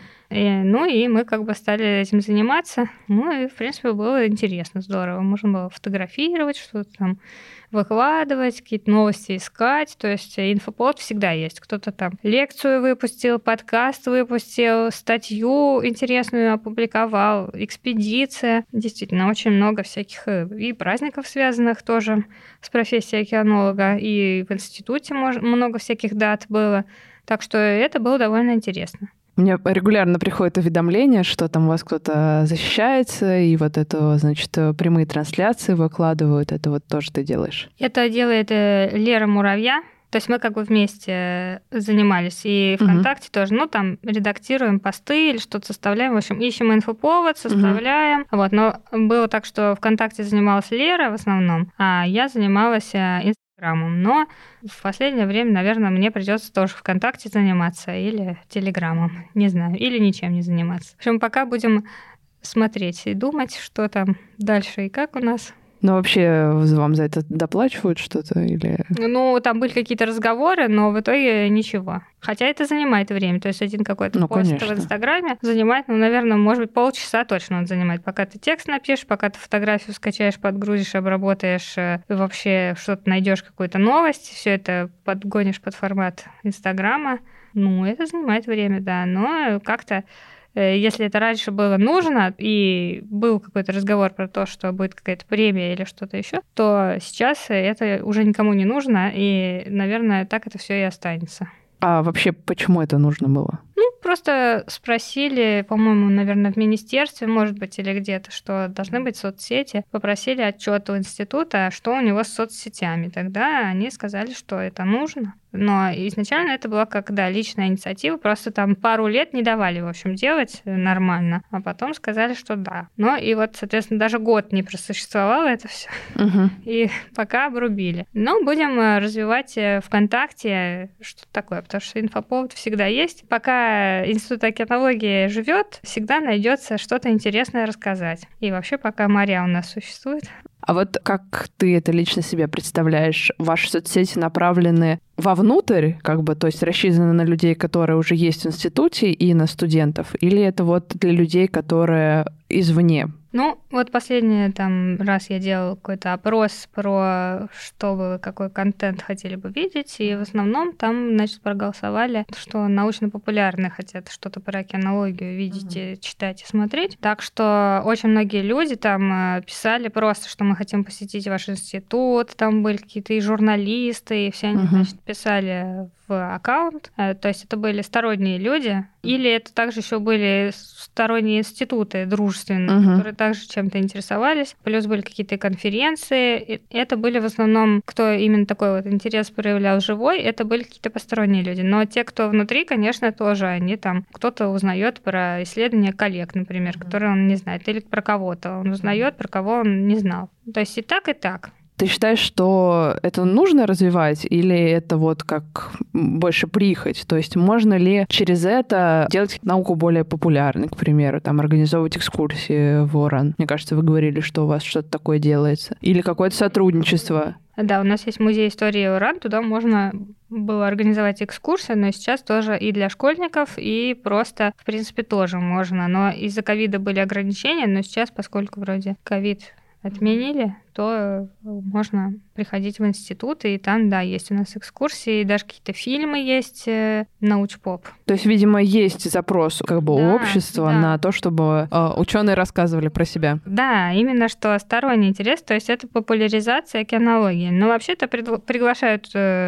И мы как бы стали этим заниматься. И, в принципе, было интересно, здорово. Можно было фотографировать, что-то там выкладывать, какие-то новости искать. То есть инфоповод всегда есть. Кто-то там лекцию выпустил, подкаст выпустил, статью интересную опубликовал, экспедиция. Действительно, очень много всяких и праздников, связанных тоже с профессией океанолога. И в институте много всяких дат было. Так что это было довольно интересно. Мне регулярно приходят уведомления, что там у вас кто-то защищается, и вот это, значит, прямые трансляции выкладывают. Это вот тоже ты делаешь? Это делает Лера Муравья. То есть мы как бы вместе занимались. И ВКонтакте тоже, там редактируем посты или что-то составляем. В общем, ищем инфоповод, составляем. Вот. Но было так, что ВКонтакте занималась Лера в основном, а я занималась Инстаграмом. Но в последнее время, наверное, мне придется тоже ВКонтакте заниматься или Телеграмом, не знаю, или ничем не заниматься. В общем, пока будем смотреть и думать, что там дальше и как у нас. Но вообще вам за это доплачивают что-то или... Там были какие-то разговоры, но в итоге ничего. Хотя это занимает время. То есть один какой-то пост в Инстаграме занимает, наверное, может быть, полчаса точно он занимает. Пока ты текст напишешь, пока ты фотографию скачаешь, подгрузишь, обработаешь, и вообще что-то найдешь, какую-то новость, все это подгонишь под формат Инстаграма. Это занимает время, да. Но как-то если это раньше было нужно, и был какой-то разговор про то, что будет какая-то премия или что-то еще, то сейчас это уже никому не нужно, и, наверное, так это все и останется. А вообще, почему это нужно было? Просто спросили, по-моему, наверное, в министерстве, может быть, или где-то, что должны быть соцсети. Попросили отчет у института, что у него с соцсетями. Тогда они сказали, что это нужно. Но изначально это была личная инициатива, просто там пару лет не давали, в общем, делать нормально, а потом сказали, что да. Соответственно, даже год не просуществовало это все, и пока обрубили. Но будем развивать ВКонтакте что-то такое, потому что инфоповод всегда есть. Пока Институт океанологии живет, всегда найдется что-то интересное рассказать. И вообще, пока моря у нас существуют. А вот как ты это лично себе представляешь? Ваши соцсети направлены вовнутрь, то есть рассчитаны на людей, которые уже есть в институте, и на студентов? Или это для людей, которые извне? Последний раз я делала какой-то опрос про какой контент хотели бы видеть, и в основном там, проголосовали, что научно-популярные хотят что-то про океанологию видеть, читать и смотреть. Так что очень многие люди там писали просто, что мы хотим посетить ваш институт, там были какие-то и журналисты, и все они, писали в аккаунт, то есть это были сторонние люди, или это также еще были сторонние институты дружественные, которые также чем-то интересовались, плюс были какие-то конференции, и это были в основном, кто именно такой интерес проявлял живой, это были какие-то посторонние люди, но те, кто внутри, конечно, тоже, они там, кто-то узнает про исследования коллег, например, которые он не знает, или про кого-то он узнает, про кого он не знал. То есть и так, и так. Ты считаешь, что это нужно развивать, или это как больше прихоть? То есть можно ли через это делать науку более популярной, к примеру, организовывать экскурсии в ОРАН? Мне кажется, вы говорили, что у вас что-то такое делается. Или какое-то сотрудничество? Да, у нас есть музей истории ОРАН, туда можно было организовать экскурсии, но сейчас тоже и для школьников, и просто, в принципе, тоже можно. Но из-за ковида были ограничения, но сейчас, поскольку вроде ковид отменили, то можно приходить в институт, и там, да, есть у нас экскурсии, и даже какие-то фильмы есть, научпоп. То есть, видимо, есть запрос у общества на то, чтобы ученые рассказывали про себя. Да, именно что сторонний интерес, то есть это популяризация океанологии. Но вообще-то приглашают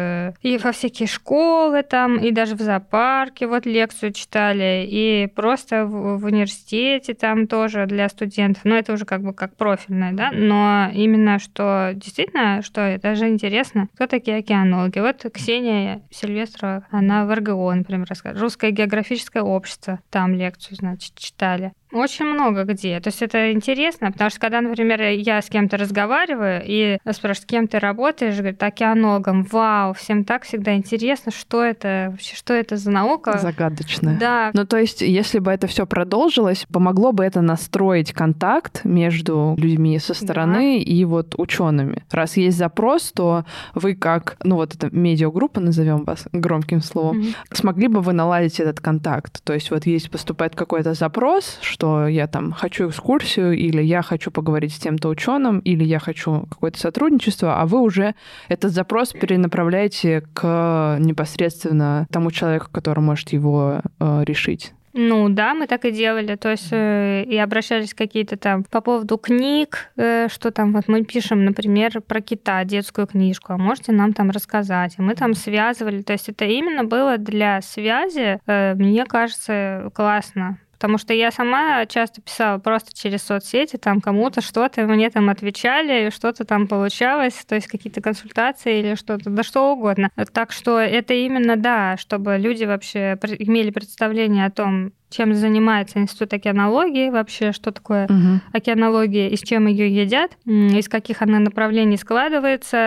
и во всякие школы там, и даже в зоопарке лекцию читали, и просто в университете там тоже для студентов. Но это уже как профильное, да, но именно что действительно, что это же интересно, кто такие океанологи. Ксения Сильвестрова, она в РГО, например, рассказывает. Русское географическое общество, там лекцию, читали. Очень много где. То есть это интересно, потому что когда, например, я с кем-то разговариваю и спрашиваю, с кем ты работаешь, говорит, океанологом, вау, всем так всегда интересно, что это вообще, что это за наука. Загадочная. Да. То есть, если бы это все продолжилось, помогло бы это настроить контакт между людьми со стороны и учеными. Раз есть запрос, то вы как, эта медиагруппа, назовем вас громким словом, смогли бы вы наладить этот контакт. То есть поступает какой-то запрос, что я хочу экскурсию, или я хочу поговорить с тем-то ученым, или я хочу какое-то сотрудничество, а вы уже этот запрос перенаправляете к непосредственно тому человеку, который может его решить. Да, мы так и делали. То есть и обращались какие-то там по поводу книг, что там мы пишем, например, про кита, детскую книжку, а можете нам там рассказать? И мы там связывали. То есть это именно было для связи, мне кажется, классно. Потому что я сама часто писала просто через соцсети, там кому-то что-то, мне там отвечали, что-то там получалось, то есть какие-то консультации или что-то, да что угодно. Так что это именно, да, чтобы люди вообще имели представление о том, чем занимается Институт океанологии, вообще, что такое океанология и с чем ее едят, из каких она направлений складывается,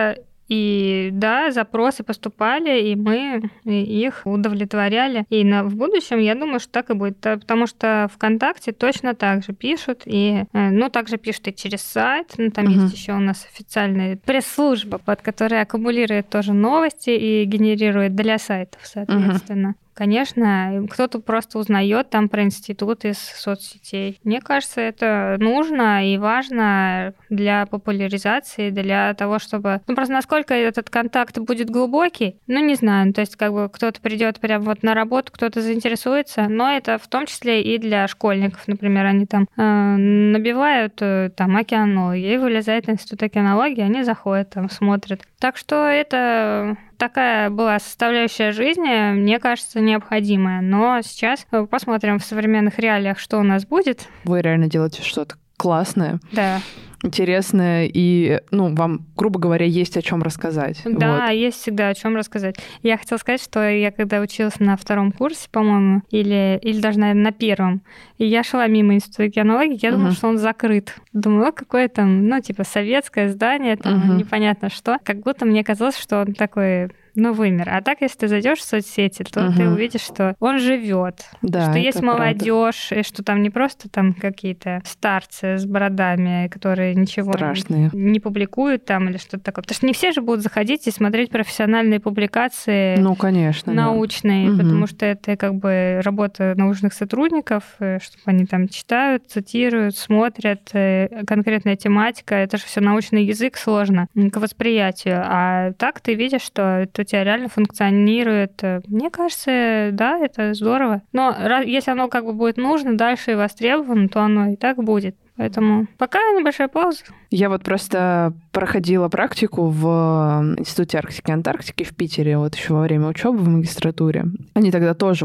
И да, запросы поступали, и мы их удовлетворяли. И в будущем, я думаю, что так и будет. Потому что ВКонтакте точно так же пишут. И, также пишут и через сайт. Там есть еще у нас официальная пресс-служба, под которой аккумулирует тоже новости и генерирует для сайтов, соответственно. Конечно, кто-то просто узнает там про институт из соцсетей. Мне кажется, это нужно и важно для популяризации, для того, чтобы... просто насколько этот контакт будет глубокий, не знаю. То есть кто-то придет прямо вот на работу, кто-то заинтересуется, но это в том числе и для школьников. Например, они там набивают там океанологию, и вылезает институт океанологии, они заходят там, смотрят. Так что это... такая была составляющая жизни, мне кажется, необходимая. Но сейчас посмотрим в современных реалиях, что у нас будет. Вы реально делаете что-то классное. Да. Интересное, и, вам, грубо говоря, есть о чем рассказать. Да, есть всегда о чем рассказать. Я хотела сказать, что я когда училась на 2 курсе, по-моему, или даже, наверное, на 1, и я шла мимо Института океанологии, я думала, что он закрыт. Думала, какое там, советское здание, там непонятно что. Как будто мне казалось, что он такой... вымер. А так, если ты зайдешь в соцсети, то ты увидишь, что он живет, да, что есть молодежь, и что там не просто там какие-то старцы с бородами, которые ничего не публикуют там или что-то такое. Потому что не все же будут заходить и смотреть профессиональные публикации, конечно, научные, потому что это работа научных сотрудников, чтобы они там читают, цитируют, смотрят, конкретная тематика, это же все научный язык, сложно к восприятию. А так ты видишь, что это у тебя реально функционирует. Мне кажется, да, это здорово. Но если оно будет нужно дальше и востребовано, то оно и так будет. Поэтому пока небольшая пауза. Я просто проходила практику в Институте Арктики и Антарктики в Питере еще во время учебы в магистратуре. Они тогда тоже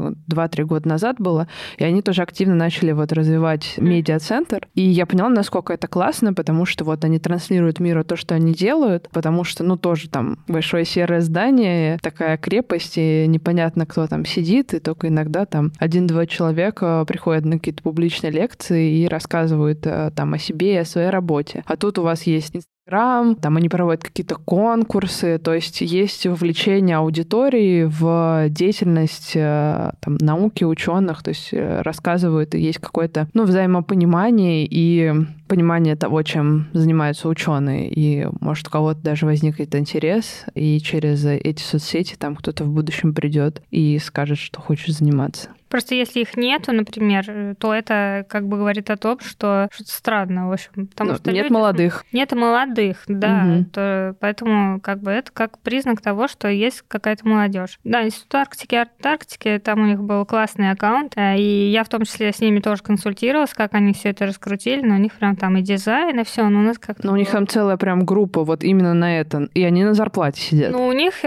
2-3 года назад было, и они тоже активно начали развивать медиа-центр. И я поняла, насколько это классно, потому что они транслируют миру то, что они делают, потому что, тоже там большое серое здание, такая крепость, и непонятно, кто там сидит, и только иногда там 1-2 человека приходят на какие-то публичные лекции и рассказывают там о себе и о своей работе. А тут у вас есть Инстаграм, там они проводят какие-то конкурсы, то есть есть вовлечение аудитории в деятельность там, науки, ученых, то есть рассказывают, и есть какое-то взаимопонимание и понимание того, чем занимаются ученые. И, может, у кого-то даже возникнет интерес, и через эти соцсети там кто-то в будущем придет и скажет, что хочет заниматься. Просто если их нету, например, то это говорит о том, что что-то странно, в общем. Потому что нет молодых. Нет молодых, да. Поэтому это как признак того, что есть какая-то молодежь. Да, Институт Арктики и Антарктики, там у них был классный аккаунт, и я в том числе с ними тоже консультировалась, как они все это раскрутили, но у них прям там и дизайн, и все, но у нас как-то... Но у них там целая прям группа именно на это, и они на зарплате сидят. У них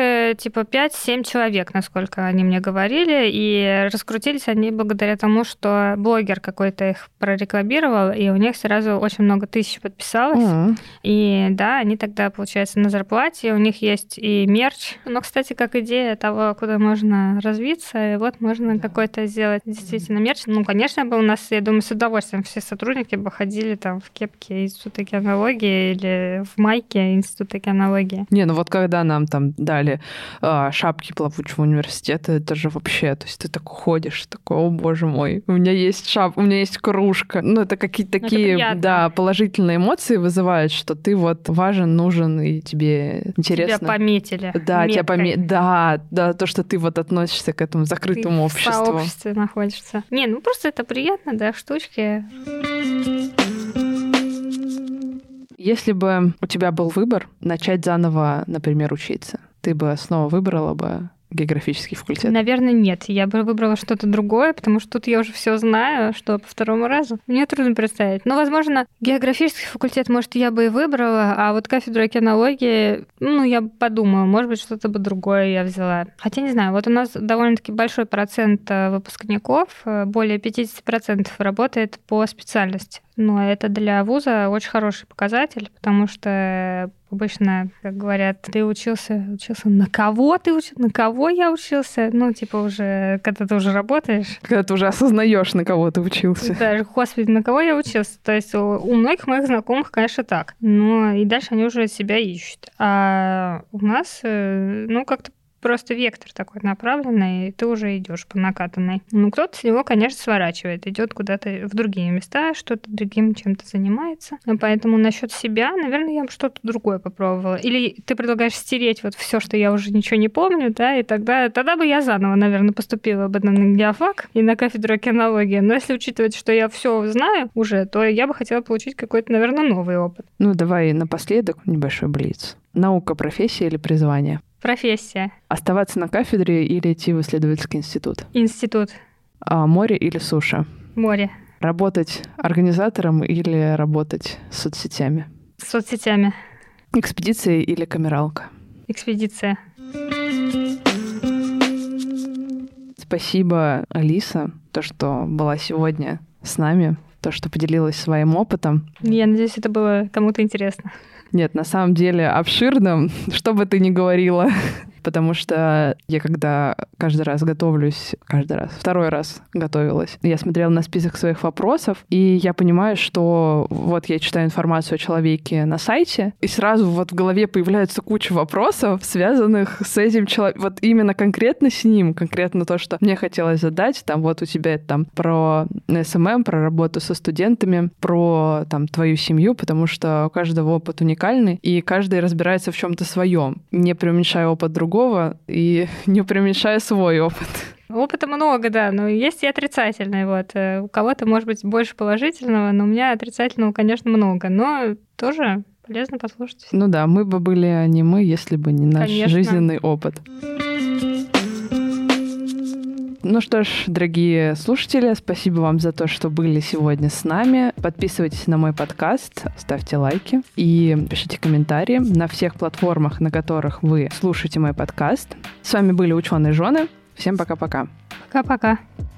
5-7 человек, насколько они мне говорили, и раскрутили они благодаря тому, что блогер какой-то их прорекламировал, и у них сразу очень много тысяч подписалось. И да, они тогда, получается, на зарплате, у них есть и мерч. Но, кстати, как идея того, куда можно развиться, и можно какой-то сделать действительно мерч. Конечно, бы у нас, я думаю, с удовольствием все сотрудники бы ходили там в кепке Института океанологии или в майке Института океанологии. Не, когда нам там дали шапки плавучего университета, это же вообще, то есть ты такой ходишь, такой, о боже мой, у меня есть шапка, у меня есть кружка. Это какие-то такие, положительные эмоции вызывают, что ты важен, нужен, и тебе интересно. Тебя пометили. Да, тебя пометили. Да, то, что ты относишься к этому закрытому обществу. В сообществе находишься. Просто это приятно, да, штучки. Если бы у тебя был выбор начать заново, например, учиться, ты бы снова выбрала бы географический факультет? Наверное, нет. Я бы выбрала что-то другое, потому что тут я уже все знаю, что по 2 разу. Мне трудно представить. Но, возможно, географический факультет, может, я бы и выбрала, а кафедру океанологии, я подумала, может быть, что-то бы другое я взяла. Хотя, не знаю, у нас довольно-таки большой процент выпускников, более 50% работает по специальности. Но это для вуза очень хороший показатель, потому что обычно, как говорят, ты учился на кого ты учился, на кого я учился? Ну, типа уже, когда ты уже работаешь. Когда ты уже осознаешь, на кого ты учился. Да, господи, на кого я учился? То есть у многих моих знакомых, конечно, так. Но и дальше они уже себя ищут. А у нас, как-то просто вектор такой направленный, и ты уже идешь по накатанной. Ну, кто-то с него, конечно, сворачивает, идет куда-то в другие места, что-то другим чем-то занимается. Поэтому насчет себя, наверное, я бы что-то другое попробовала. Или ты предлагаешь стереть вот все, что я уже ничего не помню, да, и тогда бы я заново, наверное, поступила бы на геофак и на кафедру океанологии. Но если учитывать, что я все знаю уже, то я бы хотела получить какой-то, наверное, новый опыт. Ну, давай напоследок небольшой блиц. Наука, профессия или призвание? Профессия. Оставаться на кафедре или идти в исследовательский институт? Институт. Море или суша? Море. Работать организатором или работать с соцсетями? С соцсетями. Экспедиция или камералка? Экспедиция. Спасибо, Алиса, то, что была сегодня с нами, то, что поделилась своим опытом. Я надеюсь, это было кому-то интересно. Нет, на самом деле обширным, что бы ты ни говорила. Потому что я когда второй раз готовилась, я смотрела на список своих вопросов, и я понимаю, что вот я читаю информацию о человеке на сайте, и сразу вот в голове появляется куча вопросов, связанных с этим человеком, вот именно конкретно с ним, конкретно то, что мне хотелось задать, там вот у тебя это там про СММ, про работу со студентами, про там твою семью, потому что у каждого опыт уникальный, и каждый разбирается в чем-то своем, не преуменьшая опыт другого и не преуменьшая свой опыт. Опыта много, да, но есть и отрицательный. Вот. У кого-то, может быть, больше положительного, но у меня отрицательного, конечно, много. Но тоже полезно послушать. Ну да, мы бы были не мы, если бы не наш жизненный опыт. Ну что ж, дорогие слушатели, спасибо вам за то, что были сегодня с нами. Подписывайтесь на мой подкаст, ставьте лайки и пишите комментарии на всех платформах, на которых вы слушаете мой подкаст. С вами были ученые жены. Всем пока-пока. Пока-пока.